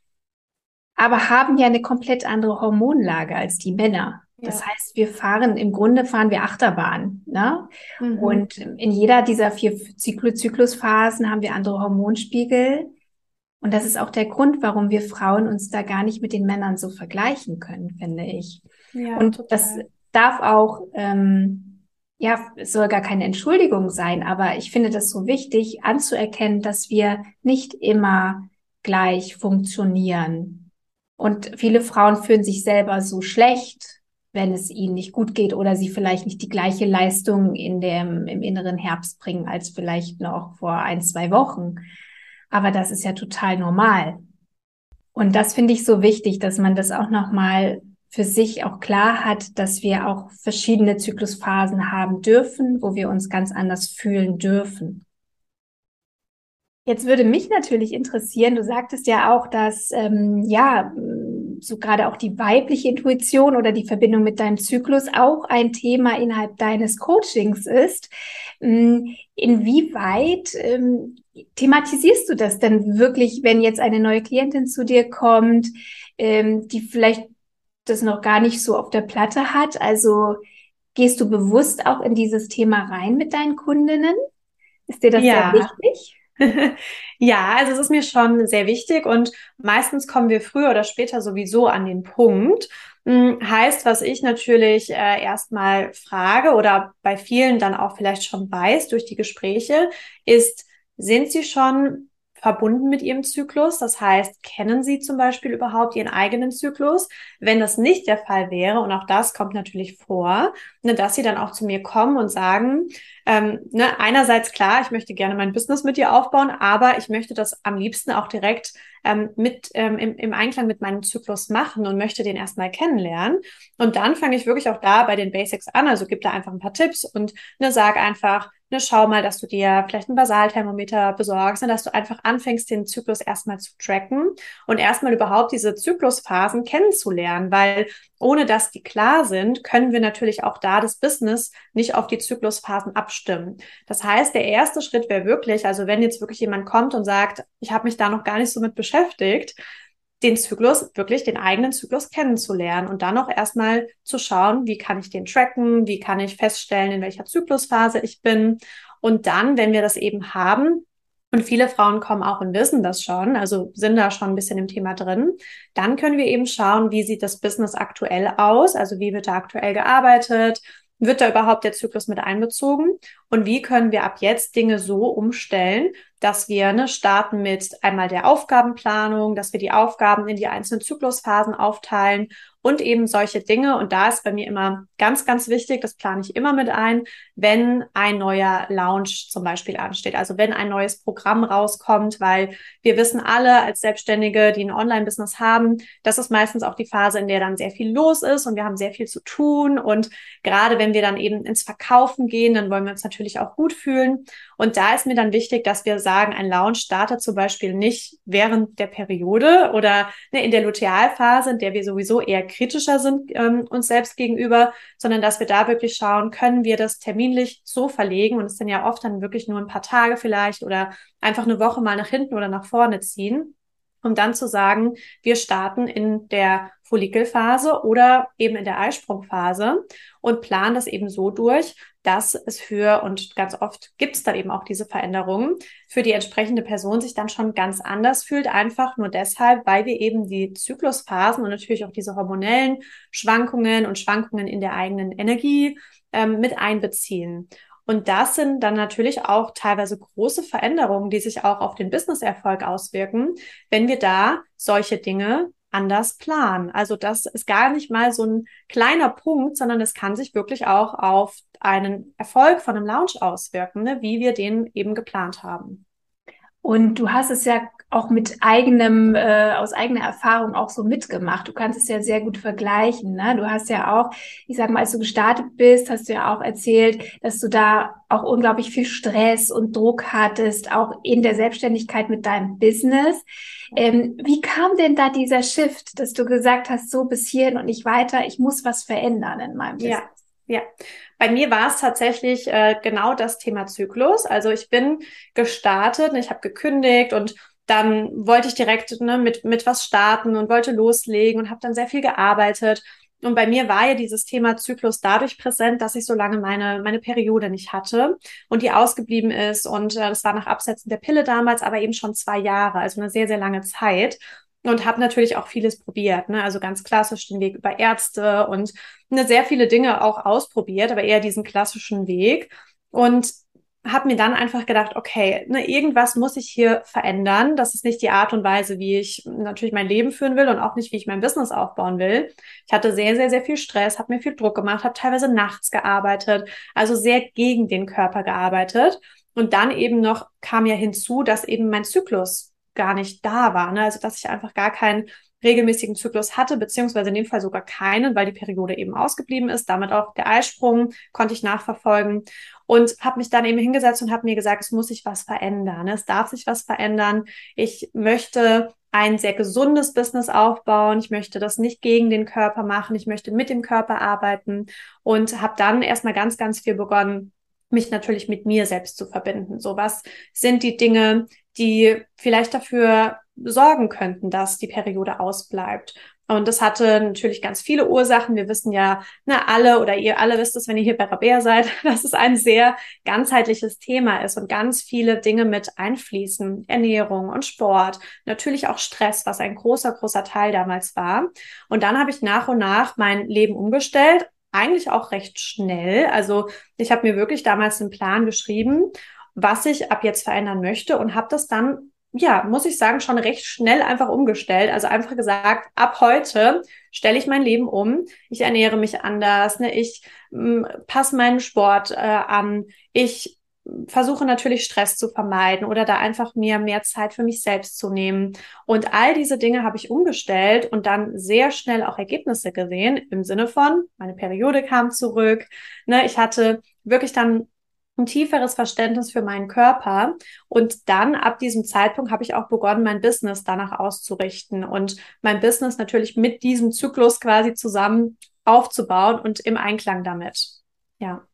aber haben ja eine komplett andere Hormonlage als die Männer. Das Ja. heißt, wir fahren, im Grunde fahren wir Achterbahn, ne? Mhm. Und in jeder dieser vier Zyklus Zyklusphasen haben wir andere Hormonspiegel. Und das ist auch der Grund, warum wir Frauen uns da gar nicht mit den Männern so vergleichen können, finde ich. Ja, Und das total. darf auch, ähm, ja, es soll gar keine Entschuldigung sein, aber ich finde das so wichtig anzuerkennen, dass wir nicht immer gleich funktionieren. Und viele Frauen fühlen sich selber so schlecht, wenn es ihnen nicht gut geht oder sie vielleicht nicht die gleiche Leistung in dem, im inneren Herbst bringen als vielleicht noch vor ein, zwei Wochen. Aber das ist ja total normal. Und das finde ich so wichtig, dass man das auch nochmal für sich auch klar hat, dass wir auch verschiedene Zyklusphasen haben dürfen, wo wir uns ganz anders fühlen dürfen. Jetzt würde mich natürlich interessieren, du sagtest ja auch, dass ähm, ja so gerade auch die weibliche Intuition oder die Verbindung mit deinem Zyklus auch ein Thema innerhalb deines Coachings ist. Ähm, Inwieweit ähm, thematisierst du das denn wirklich, wenn jetzt eine neue Klientin zu dir kommt, ähm, die vielleicht das noch gar nicht so auf der Platte hat? Also gehst du bewusst auch in dieses Thema rein mit deinen Kundinnen? Ist dir das sehr Ja. wichtig? Ja, also es ist mir schon sehr wichtig und meistens kommen wir früher oder später sowieso an den Punkt. Hm, heißt, was ich natürlich äh, erstmal frage oder bei vielen dann auch vielleicht schon weiß durch die Gespräche, ist, sind sie schon verbunden mit ihrem Zyklus? Das heißt, kennen sie zum Beispiel überhaupt ihren eigenen Zyklus? Wenn das nicht der Fall wäre, und auch das kommt natürlich vor, ne, dass sie dann auch zu mir kommen und sagen, ähm, ne, einerseits klar, ich möchte gerne mein Business mit dir aufbauen, aber ich möchte das am liebsten auch direkt ähm, mit ähm, im, im Einklang mit meinem Zyklus machen und möchte den erstmal kennenlernen. Und dann fange ich wirklich auch da bei den Basics an. Also gib da einfach ein paar Tipps und ne, sag einfach, ne, schau mal, dass du dir vielleicht ein Basalthermometer besorgst, ne, dass du einfach anfängst, den Zyklus erstmal zu tracken und erstmal überhaupt diese Zyklusphasen kennenzulernen, weil ohne dass die klar sind, können wir natürlich auch da das Business nicht auf die Zyklusphasen abstimmen. Das heißt, der erste Schritt wäre wirklich, also wenn jetzt wirklich jemand kommt und sagt, ich habe mich da noch gar nicht so mit beschäftigt, den Zyklus, wirklich den eigenen Zyklus kennenzulernen und dann auch erstmal zu schauen, wie kann ich den tracken, wie kann ich feststellen, in welcher Zyklusphase ich bin. Und dann, wenn wir das eben haben, und viele Frauen kommen auch und wissen das schon, also sind da schon ein bisschen im Thema drin, dann können wir eben schauen, wie sieht das Business aktuell aus, also wie wird da aktuell gearbeitet, wird da überhaupt der Zyklus mit einbezogen und wie können wir ab jetzt Dinge so umstellen, dass wir ne, starten mit einmal der Aufgabenplanung, dass wir die Aufgaben in die einzelnen Zyklusphasen aufteilen und eben solche Dinge. Und da ist bei mir immer ganz, ganz wichtig, das plane ich immer mit ein, wenn ein neuer Launch zum Beispiel ansteht. Also wenn ein neues Programm rauskommt, weil wir wissen alle als Selbstständige, die ein Online-Business haben, das ist meistens auch die Phase, in der dann sehr viel los ist und wir haben sehr viel zu tun. Und gerade wenn wir dann eben ins Verkaufen gehen, dann wollen wir uns natürlich auch gut fühlen. Und da ist mir dann wichtig, dass wir sagen, ein Launch startet zum Beispiel nicht während der Periode oder ne, in der Lutealphase, in der wir sowieso eher kritischer sind ähm, uns selbst gegenüber, sondern dass wir da wirklich schauen, können wir das terminlich so verlegen und es sind ja oft dann wirklich nur ein paar Tage vielleicht oder einfach eine Woche mal nach hinten oder nach vorne ziehen, um dann zu sagen, wir starten in der Follikelphase oder eben in der Eisprungphase und planen das eben so durch, dass es für, und ganz oft gibt es dann eben auch diese Veränderungen, für die entsprechende Person sich dann schon ganz anders fühlt, einfach nur deshalb, weil wir eben die Zyklusphasen und natürlich auch diese hormonellen Schwankungen und Schwankungen in der eigenen Energie ähm, mit einbeziehen. Und das sind dann natürlich auch teilweise große Veränderungen, die sich auch auf den Businesserfolg auswirken, wenn wir da solche Dinge anders planen. Also das ist gar nicht mal so ein kleiner Punkt, sondern es kann sich wirklich auch auf einen Erfolg von einem Launch auswirken, ne, wie wir den eben geplant haben. Und du hast es ja auch mit eigenem, äh, aus eigener Erfahrung auch so mitgemacht. Du kannst es ja sehr gut vergleichen, ne? Du hast ja auch, ich sag mal, als du gestartet bist, hast du ja auch erzählt, dass du da auch unglaublich viel Stress und Druck hattest, auch in der Selbstständigkeit mit deinem Business. Ähm, wie kam denn da dieser Shift, dass du gesagt hast, so bis hierhin und nicht weiter, ich muss was verändern in meinem Ja, Business? ja. Bei mir war es tatsächlich äh, genau das Thema Zyklus. Also ich bin gestartet, ne, ich habe gekündigt und dann wollte ich direkt ne, mit, mit was starten und wollte loslegen und habe dann sehr viel gearbeitet. Und bei mir war ja dieses Thema Zyklus dadurch präsent, dass ich so lange meine, meine Periode nicht hatte und die ausgeblieben ist. Und äh, das war nach Absetzen der Pille damals, aber eben schon zwei Jahre, also eine sehr, sehr lange Zeit. Und habe natürlich auch vieles probiert, ne? Also ganz klassisch den Weg über Ärzte und ne, sehr viele Dinge auch ausprobiert, aber eher diesen klassischen Weg. Und habe mir dann einfach gedacht, okay, ne, irgendwas muss ich hier verändern. Das ist nicht die Art und Weise, wie ich natürlich mein Leben führen will und auch nicht, wie ich mein Business aufbauen will. Ich hatte sehr, sehr, sehr viel Stress, habe mir viel Druck gemacht, habe teilweise nachts gearbeitet, also sehr gegen den Körper gearbeitet. Und dann eben noch kam ja hinzu, dass eben mein Zyklus gar nicht da war. Ne? Also dass ich einfach gar keinen regelmäßigen Zyklus hatte, beziehungsweise in dem Fall sogar keinen, weil die Periode eben ausgeblieben ist. Damit auch der Eisprung konnte ich nachverfolgen und habe mich dann eben hingesetzt und habe mir gesagt, es muss sich was verändern. Es darf sich was verändern. Ich möchte ein sehr gesundes Business aufbauen. Ich möchte das nicht gegen den Körper machen. Ich möchte mit dem Körper arbeiten und habe dann erstmal ganz, ganz viel begonnen, mich natürlich mit mir selbst zu verbinden. So, was sind die Dinge, die vielleicht dafür sorgen könnten, dass die Periode ausbleibt? Und das hatte natürlich ganz viele Ursachen. Wir wissen ja, ne, alle oder ihr alle wisst es, wenn ihr hier bei Rabea seid, dass es ein sehr ganzheitliches Thema ist und ganz viele Dinge mit einfließen. Ernährung und Sport, natürlich auch Stress, was ein großer, großer Teil damals war. Und dann habe ich nach und nach mein Leben umgestellt, eigentlich auch recht schnell. Also ich habe mir wirklich damals einen Plan geschrieben, was ich ab jetzt verändern möchte und habe das dann, ja, muss ich sagen, schon recht schnell einfach umgestellt. Also einfach gesagt, ab heute stelle ich mein Leben um. Ich ernähre mich anders, ne? Ich m, passe meinen Sport äh, an. Ich versuche natürlich Stress zu vermeiden oder da einfach mir mehr Zeit für mich selbst zu nehmen. Und all diese Dinge habe ich umgestellt und dann sehr schnell auch Ergebnisse gesehen im Sinne von, meine Periode kam zurück. Ne? Ich hatte wirklich dann ein tieferes Verständnis für meinen Körper. Und dann ab diesem Zeitpunkt habe ich auch begonnen, mein Business danach auszurichten und mein Business natürlich mit diesem Zyklus quasi zusammen aufzubauen und im Einklang damit. Ja.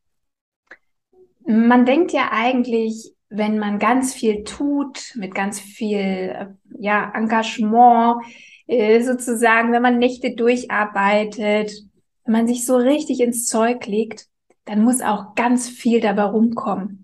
Man denkt ja eigentlich, wenn man ganz viel tut, mit ganz viel äh, ja, Engagement, äh, sozusagen, wenn man Nächte durcharbeitet, wenn man sich so richtig ins Zeug legt, dann muss auch ganz viel dabei rumkommen.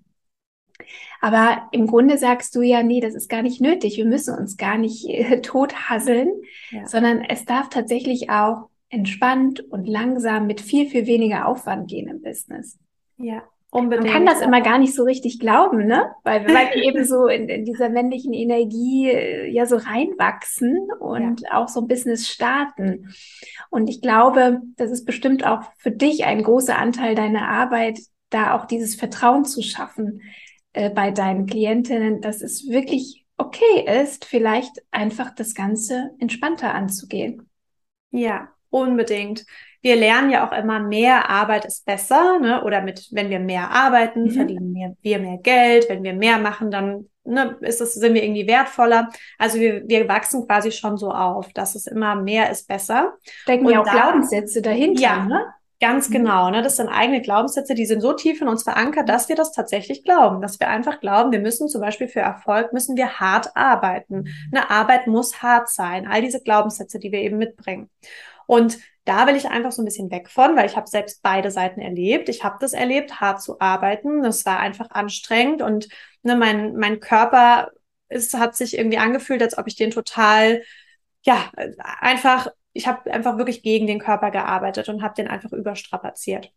Aber im Grunde sagst du ja, nee, das ist gar nicht nötig. Wir müssen uns gar nicht äh, tothasseln, Ja. sondern es darf tatsächlich auch entspannt und langsam mit viel, viel weniger Aufwand gehen im Business. Ja, Man kann unbedingt. das immer gar nicht so richtig glauben, ne? Weil, weil wir eben so in, in dieser männlichen Energie äh, ja so reinwachsen Ja. und auch so ein Business starten. Und ich glaube, das ist bestimmt auch für dich ein großer Anteil deiner Arbeit, da auch dieses Vertrauen zu schaffen äh, bei deinen Klientinnen, dass es wirklich okay ist, vielleicht einfach das Ganze entspannter anzugehen. Ja, unbedingt. Wir lernen ja auch immer, mehr Arbeit ist besser, ne? Oder mit, wenn wir mehr arbeiten, Mhm. verdienen wir, wir mehr Geld. Wenn wir mehr machen, dann, ne, ist es, sind wir irgendwie wertvoller. Also wir, wir wachsen quasi schon so auf, dass es immer mehr ist besser. Stecken ja Und auch da, Glaubenssätze dahinter, ja, ne? ganz Mhm. genau, ne? Das sind eigene Glaubenssätze, die sind so tief in uns verankert, dass wir das tatsächlich glauben, dass wir einfach glauben, wir müssen zum Beispiel für Erfolg, müssen wir hart arbeiten. Eine Arbeit muss hart sein. All diese Glaubenssätze, die wir eben mitbringen. Und da will ich einfach so ein bisschen weg von, weil ich habe selbst beide Seiten erlebt. Ich habe das erlebt, hart zu arbeiten. Das war einfach anstrengend und ne, mein, mein Körper ist, hat sich irgendwie angefühlt, als ob ich den total, ja, einfach, ich habe einfach wirklich gegen den Körper gearbeitet und habe den einfach überstrapaziert.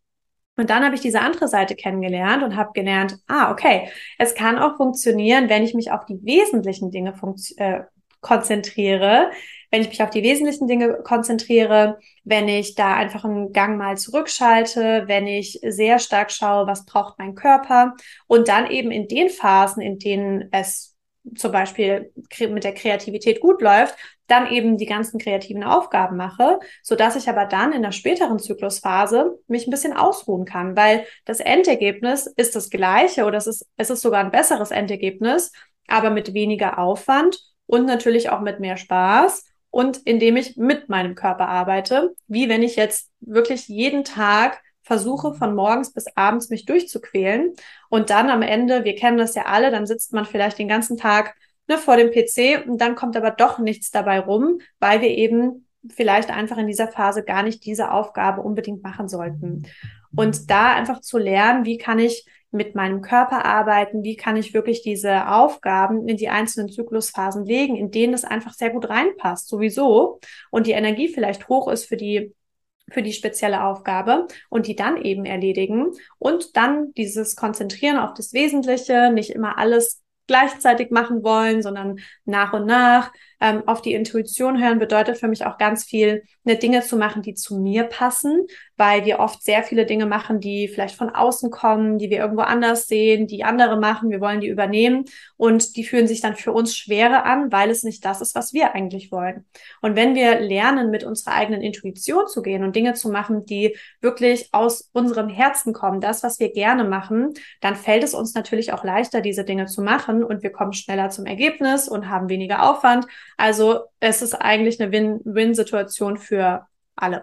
Und dann habe ich diese andere Seite kennengelernt und habe gelernt, ah, okay, es kann auch funktionieren, wenn ich mich auf die wesentlichen Dinge äh, konzentriere, wenn ich mich auf die wesentlichen Dinge konzentriere, wenn ich da einfach einen Gang mal zurückschalte, wenn ich sehr stark schaue, was braucht mein Körper und dann eben in den Phasen, in denen es zum Beispiel mit der Kreativität gut läuft, dann eben die ganzen kreativen Aufgaben mache, so dass ich aber dann in der späteren Zyklusphase mich ein bisschen ausruhen kann, weil das Endergebnis ist das gleiche oder es ist, es ist sogar ein besseres Endergebnis, aber mit weniger Aufwand und natürlich auch mit mehr Spaß und indem ich mit meinem Körper arbeite, wie wenn ich jetzt wirklich jeden Tag versuche, von morgens bis abends mich durchzuquälen und dann am Ende, wir kennen das ja alle, dann sitzt man vielleicht den ganzen Tag ne, vor dem P C und dann kommt aber doch nichts dabei rum, weil wir eben vielleicht einfach in dieser Phase gar nicht diese Aufgabe unbedingt machen sollten. Und da einfach zu lernen, wie kann ich mit meinem Körper arbeiten, wie kann ich wirklich diese Aufgaben in die einzelnen Zyklusphasen legen, in denen es einfach sehr gut reinpasst, sowieso, und die Energie vielleicht hoch ist für die für die spezielle Aufgabe und die dann eben erledigen und dann dieses Konzentrieren auf das Wesentliche, nicht immer alles gleichzeitig machen wollen, sondern nach und nach ähm, auf die Intuition hören, bedeutet für mich auch ganz viel, ne, Dinge zu machen, die zu mir passen, weil wir oft sehr viele Dinge machen, die vielleicht von außen kommen, die wir irgendwo anders sehen, die andere machen, wir wollen die übernehmen und die fühlen sich dann für uns schwerer an, weil es nicht das ist, was wir eigentlich wollen. Und wenn wir lernen, mit unserer eigenen Intuition zu gehen und Dinge zu machen, die wirklich aus unserem Herzen kommen, das, was wir gerne machen, dann fällt es uns natürlich auch leichter, diese Dinge zu machen und wir kommen schneller zum Ergebnis und haben weniger Aufwand. Also es ist eigentlich eine Win-Win-Situation für alle.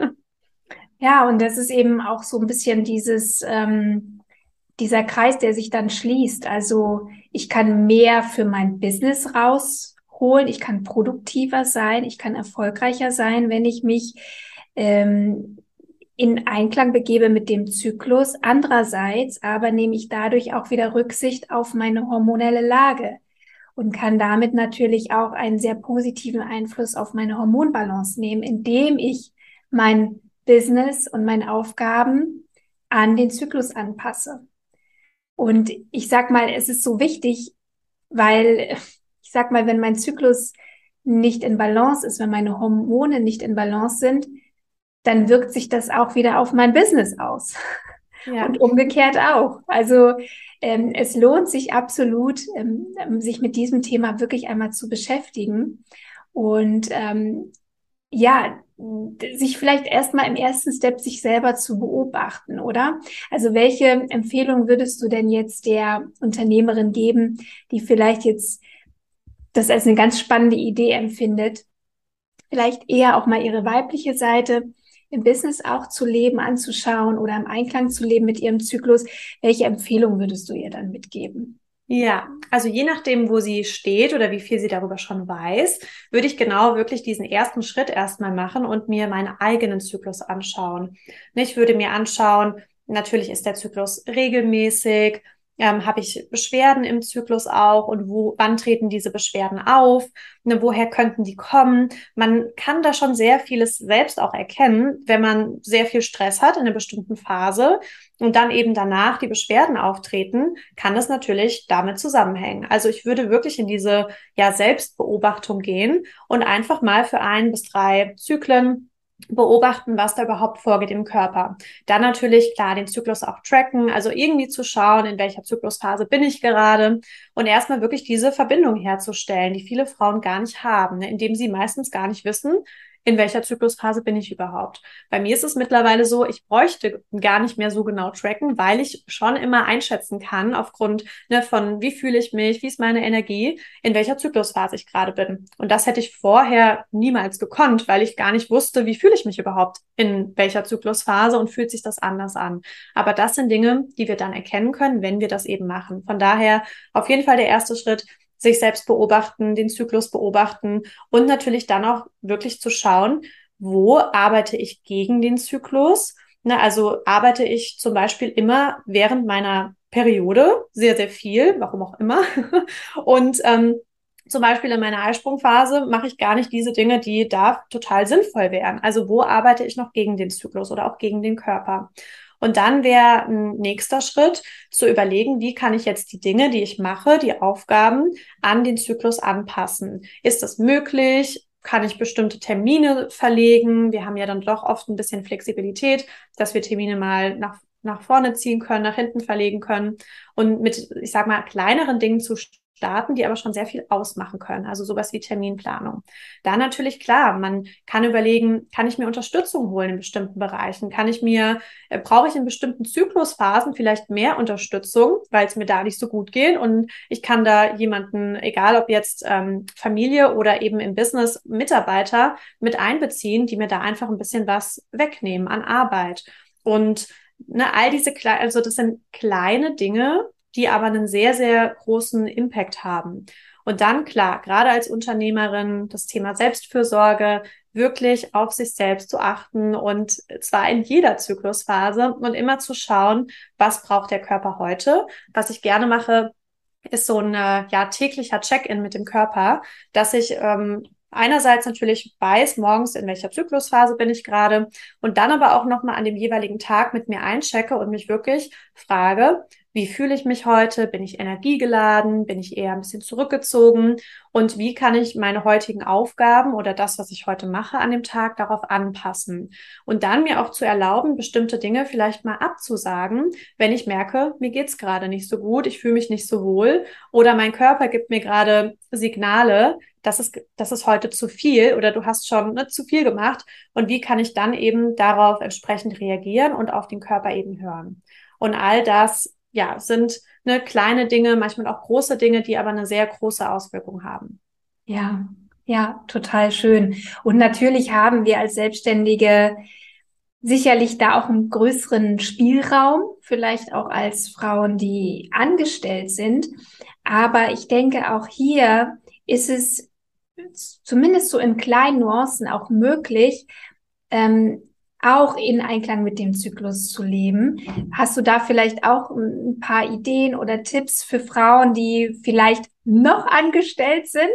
Ja, und das ist eben auch so ein bisschen dieses, ähm, dieser Kreis, der sich dann schließt. Also ich kann mehr für mein Business rausholen, ich kann produktiver sein, ich kann erfolgreicher sein, wenn ich mich ähm, in Einklang begebe mit dem Zyklus. Andererseits aber nehme ich dadurch auch wieder Rücksicht auf meine hormonelle Lage und kann damit natürlich auch einen sehr positiven Einfluss auf meine Hormonbalance nehmen, indem ich mein Business und meine Aufgaben an den Zyklus anpasse. Und ich sag mal, es ist so wichtig, weil ich sag mal, wenn mein Zyklus nicht in Balance ist, wenn meine Hormone nicht in Balance sind, dann wirkt sich das auch wieder auf mein Business aus. Ja. Und umgekehrt auch. Also ähm, es lohnt sich absolut, ähm, sich mit diesem Thema wirklich einmal zu beschäftigen und ähm, ja, sich vielleicht erstmal im ersten Step sich selber zu beobachten, oder? Also welche Empfehlung würdest du denn jetzt der Unternehmerin geben, die vielleicht jetzt das als eine ganz spannende Idee empfindet, vielleicht eher auch mal ihre weibliche Seite im Business auch zu leben, anzuschauen oder im Einklang zu leben mit ihrem Zyklus? Welche Empfehlung würdest du ihr dann mitgeben? Ja, also je nachdem, wo sie steht oder wie viel sie darüber schon weiß, würde ich genau wirklich diesen ersten Schritt erstmal machen und mir meinen eigenen Zyklus anschauen. Ich würde mir anschauen, natürlich ist der Zyklus regelmäßig, ähm, habe ich Beschwerden im Zyklus auch und wo, wann treten diese Beschwerden auf, ne, woher könnten die kommen? Man kann da schon sehr vieles selbst auch erkennen, wenn man sehr viel Stress hat in einer bestimmten Phase und dann eben danach die Beschwerden auftreten, kann das natürlich damit zusammenhängen. Also ich würde wirklich in diese ja Selbstbeobachtung gehen und einfach mal für ein bis drei Zyklen beobachten, was da überhaupt vorgeht im Körper. Dann natürlich, klar, den Zyklus auch tracken, also irgendwie zu schauen, in welcher Zyklusphase bin ich gerade und erstmal wirklich diese Verbindung herzustellen, die viele Frauen gar nicht haben, ne, indem sie meistens gar nicht wissen, in welcher Zyklusphase bin ich überhaupt. Bei mir ist es mittlerweile so, ich bräuchte gar nicht mehr so genau tracken, weil ich schon immer einschätzen kann, aufgrund ne, von wie fühle ich mich, wie ist meine Energie, in welcher Zyklusphase ich gerade bin. Und das hätte ich vorher niemals gekonnt, weil ich gar nicht wusste, wie fühle ich mich überhaupt in welcher Zyklusphase und fühlt sich das anders an. Aber das sind Dinge, die wir dann erkennen können, wenn wir das eben machen. Von daher auf jeden Fall der erste Schritt, sich selbst beobachten, den Zyklus beobachten und natürlich dann auch wirklich zu schauen, wo arbeite ich gegen den Zyklus? Ne, also arbeite ich zum Beispiel immer während meiner Periode sehr, sehr viel, warum auch immer. Und ähm, zum Beispiel in meiner Eisprungphase mache ich gar nicht diese Dinge, die da total sinnvoll wären. Also wo arbeite ich noch gegen den Zyklus oder auch gegen den Körper? Und dann wäre ein nächster Schritt zu überlegen, wie kann ich jetzt die Dinge, die ich mache, die Aufgaben an den Zyklus anpassen? Ist das möglich? Kann ich bestimmte Termine verlegen? Wir haben ja dann doch oft ein bisschen Flexibilität, dass wir Termine mal nach, nach vorne ziehen können, nach hinten verlegen können und mit, ich sag mal, kleineren Dingen zu starten, die aber schon sehr viel ausmachen können. Also sowas wie Terminplanung. Da natürlich klar, man kann überlegen, kann ich mir Unterstützung holen in bestimmten Bereichen? Kann ich mir, äh, brauche ich in bestimmten Zyklusphasen vielleicht mehr Unterstützung, weil es mir da nicht so gut geht und ich kann da jemanden, egal ob jetzt ähm, Familie oder eben im Business Mitarbeiter mit einbeziehen, die mir da einfach ein bisschen was wegnehmen an Arbeit. Und ne, all diese kleinen, also das sind kleine Dinge, die aber einen sehr, sehr großen Impact haben. Und dann, klar, gerade als Unternehmerin, das Thema Selbstfürsorge, wirklich auf sich selbst zu achten und zwar in jeder Zyklusphase und immer zu schauen, was braucht der Körper heute. Was ich gerne mache, ist so ein äh, ja, täglicher Check-in mit dem Körper, dass ich ähm, einerseits natürlich weiß, morgens in welcher Zyklusphase bin ich gerade und dann aber auch nochmal an dem jeweiligen Tag mit mir einchecke und mich wirklich frage, wie fühle ich mich heute? Bin ich energiegeladen? Bin ich eher ein bisschen zurückgezogen? Und wie kann ich meine heutigen Aufgaben oder das, was ich heute mache an dem Tag, darauf anpassen? Und dann mir auch zu erlauben, bestimmte Dinge vielleicht mal abzusagen, wenn ich merke, mir geht's gerade nicht so gut, ich fühle mich nicht so wohl oder mein Körper gibt mir gerade Signale, das ist, das ist heute zu viel oder du hast schon ne, zu viel gemacht. Und wie kann ich dann eben darauf entsprechend reagieren und auf den Körper eben hören? Und all das ja, sind ne, kleine Dinge, manchmal auch große Dinge, die aber eine sehr große Auswirkung haben. Ja, ja, total schön. Und natürlich haben wir als Selbstständige sicherlich da auch einen größeren Spielraum, vielleicht auch als Frauen, die angestellt sind. Aber ich denke, auch hier ist es zumindest so in kleinen Nuancen auch möglich, ähm, auch in Einklang mit dem Zyklus zu leben. Hast du da vielleicht auch ein paar Ideen oder Tipps für Frauen, die vielleicht noch angestellt sind,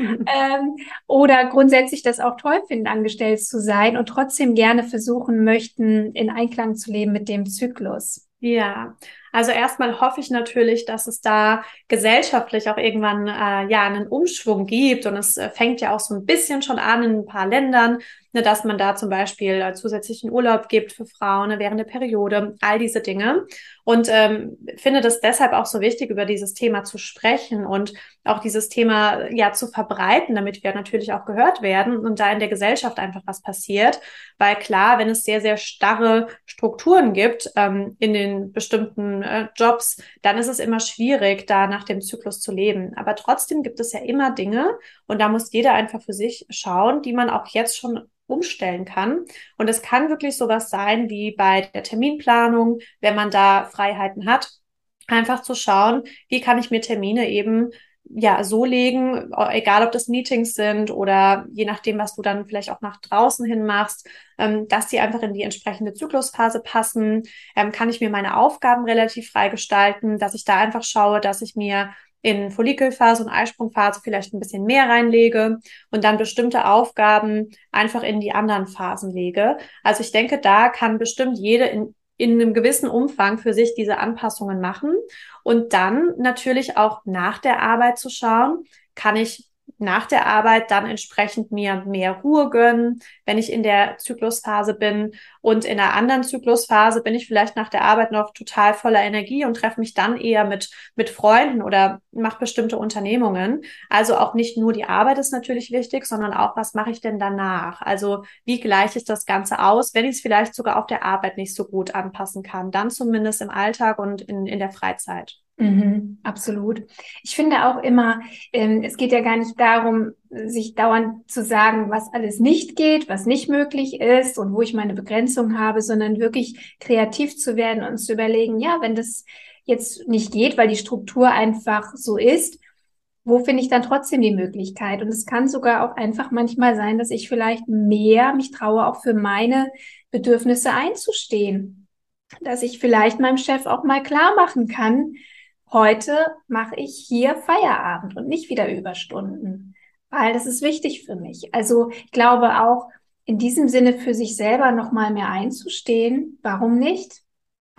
ähm, oder grundsätzlich das auch toll finden, angestellt zu sein und trotzdem gerne versuchen möchten, in Einklang zu leben mit dem Zyklus? Ja, also erstmal hoffe ich natürlich, dass es da gesellschaftlich auch irgendwann äh, ja einen Umschwung gibt und es äh, fängt ja auch so ein bisschen schon an in ein paar Ländern, ne, dass man da zum Beispiel äh, zusätzlichen Urlaub gibt für Frauen ne, während der Periode, all diese Dinge und ähm, finde das deshalb auch so wichtig, über dieses Thema zu sprechen und auch dieses Thema ja zu verbreiten, damit wir natürlich auch gehört werden und da in der Gesellschaft einfach was passiert, weil klar, wenn es sehr, sehr starre Strukturen gibt ähm, in den bestimmten äh, Jobs, dann ist es immer schwierig, da nach dem Zyklus zu leben. Aber trotzdem gibt es ja immer Dinge und da muss jeder einfach für sich schauen, die man auch jetzt schon umstellen kann. Und es kann wirklich sowas sein wie bei der Terminplanung, wenn man da Freiheiten hat, einfach zu schauen, wie kann ich mir Termine eben ja, so legen, egal ob das Meetings sind oder je nachdem, was du dann vielleicht auch nach draußen hin machst, ähm, dass die einfach in die entsprechende Zyklusphase passen. Ähm, kann ich mir meine Aufgaben relativ frei gestalten, dass ich da einfach schaue, dass ich mir in Follikelphase und Eisprungphase vielleicht ein bisschen mehr reinlege und dann bestimmte Aufgaben einfach in die anderen Phasen lege. Also ich denke, da kann bestimmt jede in, in einem gewissen Umfang für sich diese Anpassungen machen. Und dann natürlich auch nach der Arbeit zu schauen, kann ich nach der Arbeit dann entsprechend mir mehr Ruhe gönnen, wenn ich in der Zyklusphase bin. Und in einer anderen Zyklusphase bin ich vielleicht nach der Arbeit noch total voller Energie und treffe mich dann eher mit, mit Freunden oder mache bestimmte Unternehmungen. Also auch nicht nur die Arbeit ist natürlich wichtig, sondern auch, was mache ich denn danach? Also wie gleiche ich das Ganze aus, wenn ich es vielleicht sogar auf der Arbeit nicht so gut anpassen kann, dann zumindest im Alltag und in, in der Freizeit. Mhm, absolut. Ich finde auch immer, ähm, es geht ja gar nicht darum, sich dauernd zu sagen, was alles nicht geht, was nicht möglich ist und wo ich meine Begrenzung habe, sondern wirklich kreativ zu werden und zu überlegen, ja, wenn das jetzt nicht geht, weil die Struktur einfach so ist, wo finde ich dann trotzdem die Möglichkeit? Und es kann sogar auch einfach manchmal sein, dass ich vielleicht mehr mich traue, auch für meine Bedürfnisse einzustehen, dass ich vielleicht meinem Chef auch mal klar machen kann, heute mache ich hier Feierabend und nicht wieder Überstunden, weil das ist wichtig für mich. Also ich glaube auch in diesem Sinne für sich selber noch mal mehr einzustehen. Warum nicht?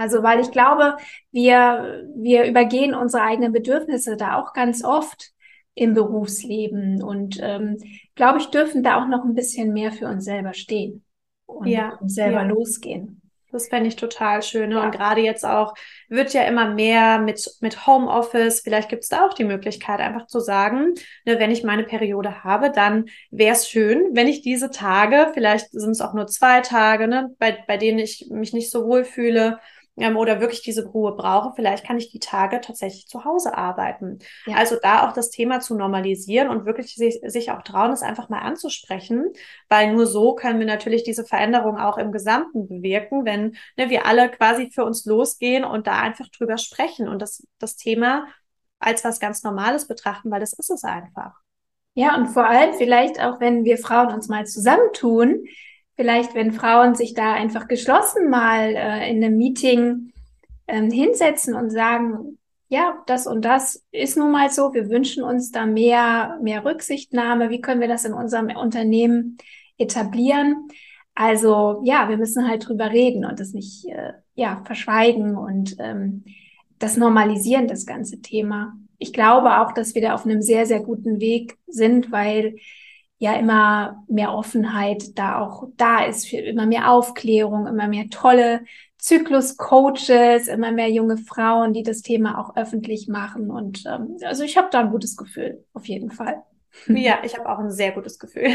Also, weil ich glaube, wir, wir übergehen unsere eigenen Bedürfnisse da auch ganz oft im Berufsleben und ähm, glaube ich, dürfen da auch noch ein bisschen mehr für uns selber stehen und Ja, mit uns selber ja. losgehen. Das fände ich total schön. Ne? Und Ja. gerade jetzt auch wird ja immer mehr mit, mit Homeoffice. Vielleicht gibt es da auch die Möglichkeit, einfach zu sagen, ne, wenn ich meine Periode habe, dann wäre es schön, wenn ich diese Tage, vielleicht sind es auch nur zwei Tage, ne, bei, bei denen ich mich nicht so wohl fühle, ähm, oder wirklich diese Ruhe brauche, vielleicht kann ich die Tage tatsächlich zu Hause arbeiten. Ja. Also da auch das Thema zu normalisieren und wirklich sich, sich auch trauen, es einfach mal anzusprechen, weil nur so können wir natürlich diese Veränderung auch im Gesamten bewirken, wenn ne, wir alle quasi für uns losgehen und da einfach drüber sprechen und das, das Thema als was ganz Normales betrachten, weil das ist es einfach. Ja, und vor allem vielleicht auch, wenn wir Frauen uns mal zusammentun, vielleicht wenn Frauen sich da einfach geschlossen mal äh, in einem Meeting ähm, hinsetzen und sagen, ja, das und das ist nun mal so, wir wünschen uns da mehr, mehr Rücksichtnahme, wie können wir das in unserem Unternehmen etablieren? Also ja, wir müssen halt drüber reden und das nicht äh, ja, verschweigen und ähm, das normalisieren, das ganze Thema. Ich glaube auch, dass wir da auf einem sehr, sehr guten Weg sind, weil ja immer mehr Offenheit da auch da ist, für immer mehr Aufklärung, immer mehr tolle Zyklus-Coaches, immer mehr junge Frauen, die das Thema auch öffentlich machen. Und ähm, also ich habe da ein gutes Gefühl, auf jeden Fall. Ja, ich habe auch ein sehr gutes Gefühl.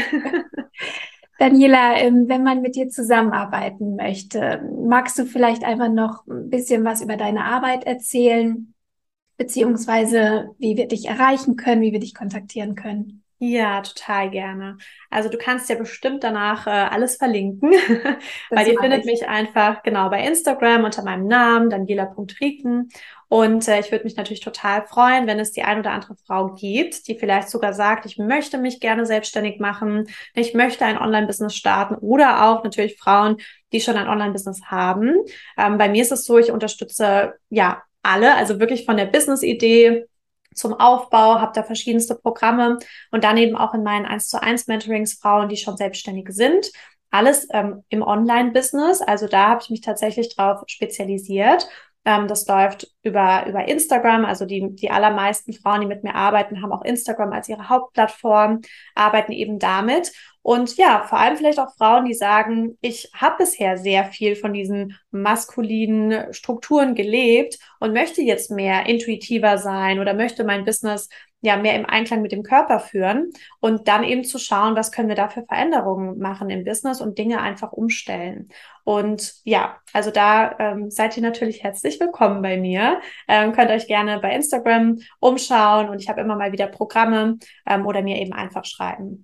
Daniela, ähm, wenn man mit dir zusammenarbeiten möchte, magst du vielleicht einfach noch ein bisschen was über deine Arbeit erzählen, beziehungsweise wie wir dich erreichen können, wie wir dich kontaktieren können? Ja, total gerne. Also du kannst ja bestimmt danach äh, alles verlinken, weil Das ihr mache findet ich. mich einfach genau bei Instagram unter meinem Namen, daniela punkt rieken. Und äh, ich würde mich natürlich total freuen, wenn es die ein oder andere Frau gibt, die vielleicht sogar sagt, ich möchte mich gerne selbstständig machen, ich möchte ein Online-Business starten oder auch natürlich Frauen, die schon ein Online-Business haben. Ähm, bei mir ist es so, ich unterstütze ja alle, also wirklich von der Business-Idee zum Aufbau, habe da verschiedenste Programme und dann eben auch in meinen eins zu eins Mentorings Frauen, die schon selbstständig sind. Alles ähm, im Online-Business. Also da habe ich mich tatsächlich drauf spezialisiert. Ähm, das läuft über, über Instagram. Also die, die allermeisten Frauen, die mit mir arbeiten, haben auch Instagram als ihre Hauptplattform, arbeiten eben damit. Und ja, vor allem vielleicht auch Frauen, die sagen, ich habe bisher sehr viel von diesen maskulinen Strukturen gelebt und möchte jetzt mehr intuitiver sein oder möchte mein Business ja mehr im Einklang mit dem Körper führen und dann eben zu schauen, was können wir da für Veränderungen machen im Business und Dinge einfach umstellen. Und ja, also da ähm, seid ihr natürlich herzlich willkommen bei mir. Ähm, könnt euch gerne bei Instagram umschauen und ich habe immer mal wieder Programme ähm, oder mir eben einfach schreiben.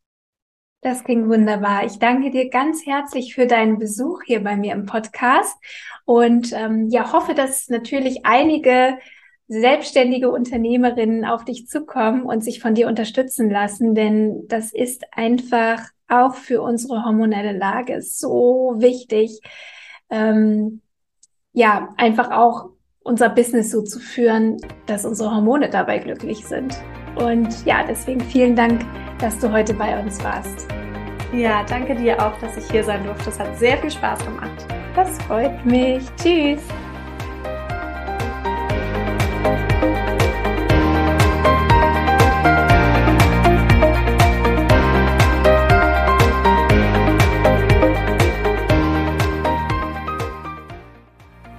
Das klingt wunderbar. Ich danke dir ganz herzlich für deinen Besuch hier bei mir im Podcast und ähm, ja, hoffe, dass natürlich einige selbstständige Unternehmerinnen auf dich zukommen und sich von dir unterstützen lassen, denn das ist einfach auch für unsere hormonelle Lage so wichtig, ähm, ja, einfach auch unser Business so zu führen, dass unsere Hormone dabei glücklich sind. Und ja, deswegen vielen Dank, dass du heute bei uns warst. Ja, danke dir auch, dass ich hier sein durfte. Es hat sehr viel Spaß gemacht. Das freut mich. Tschüss.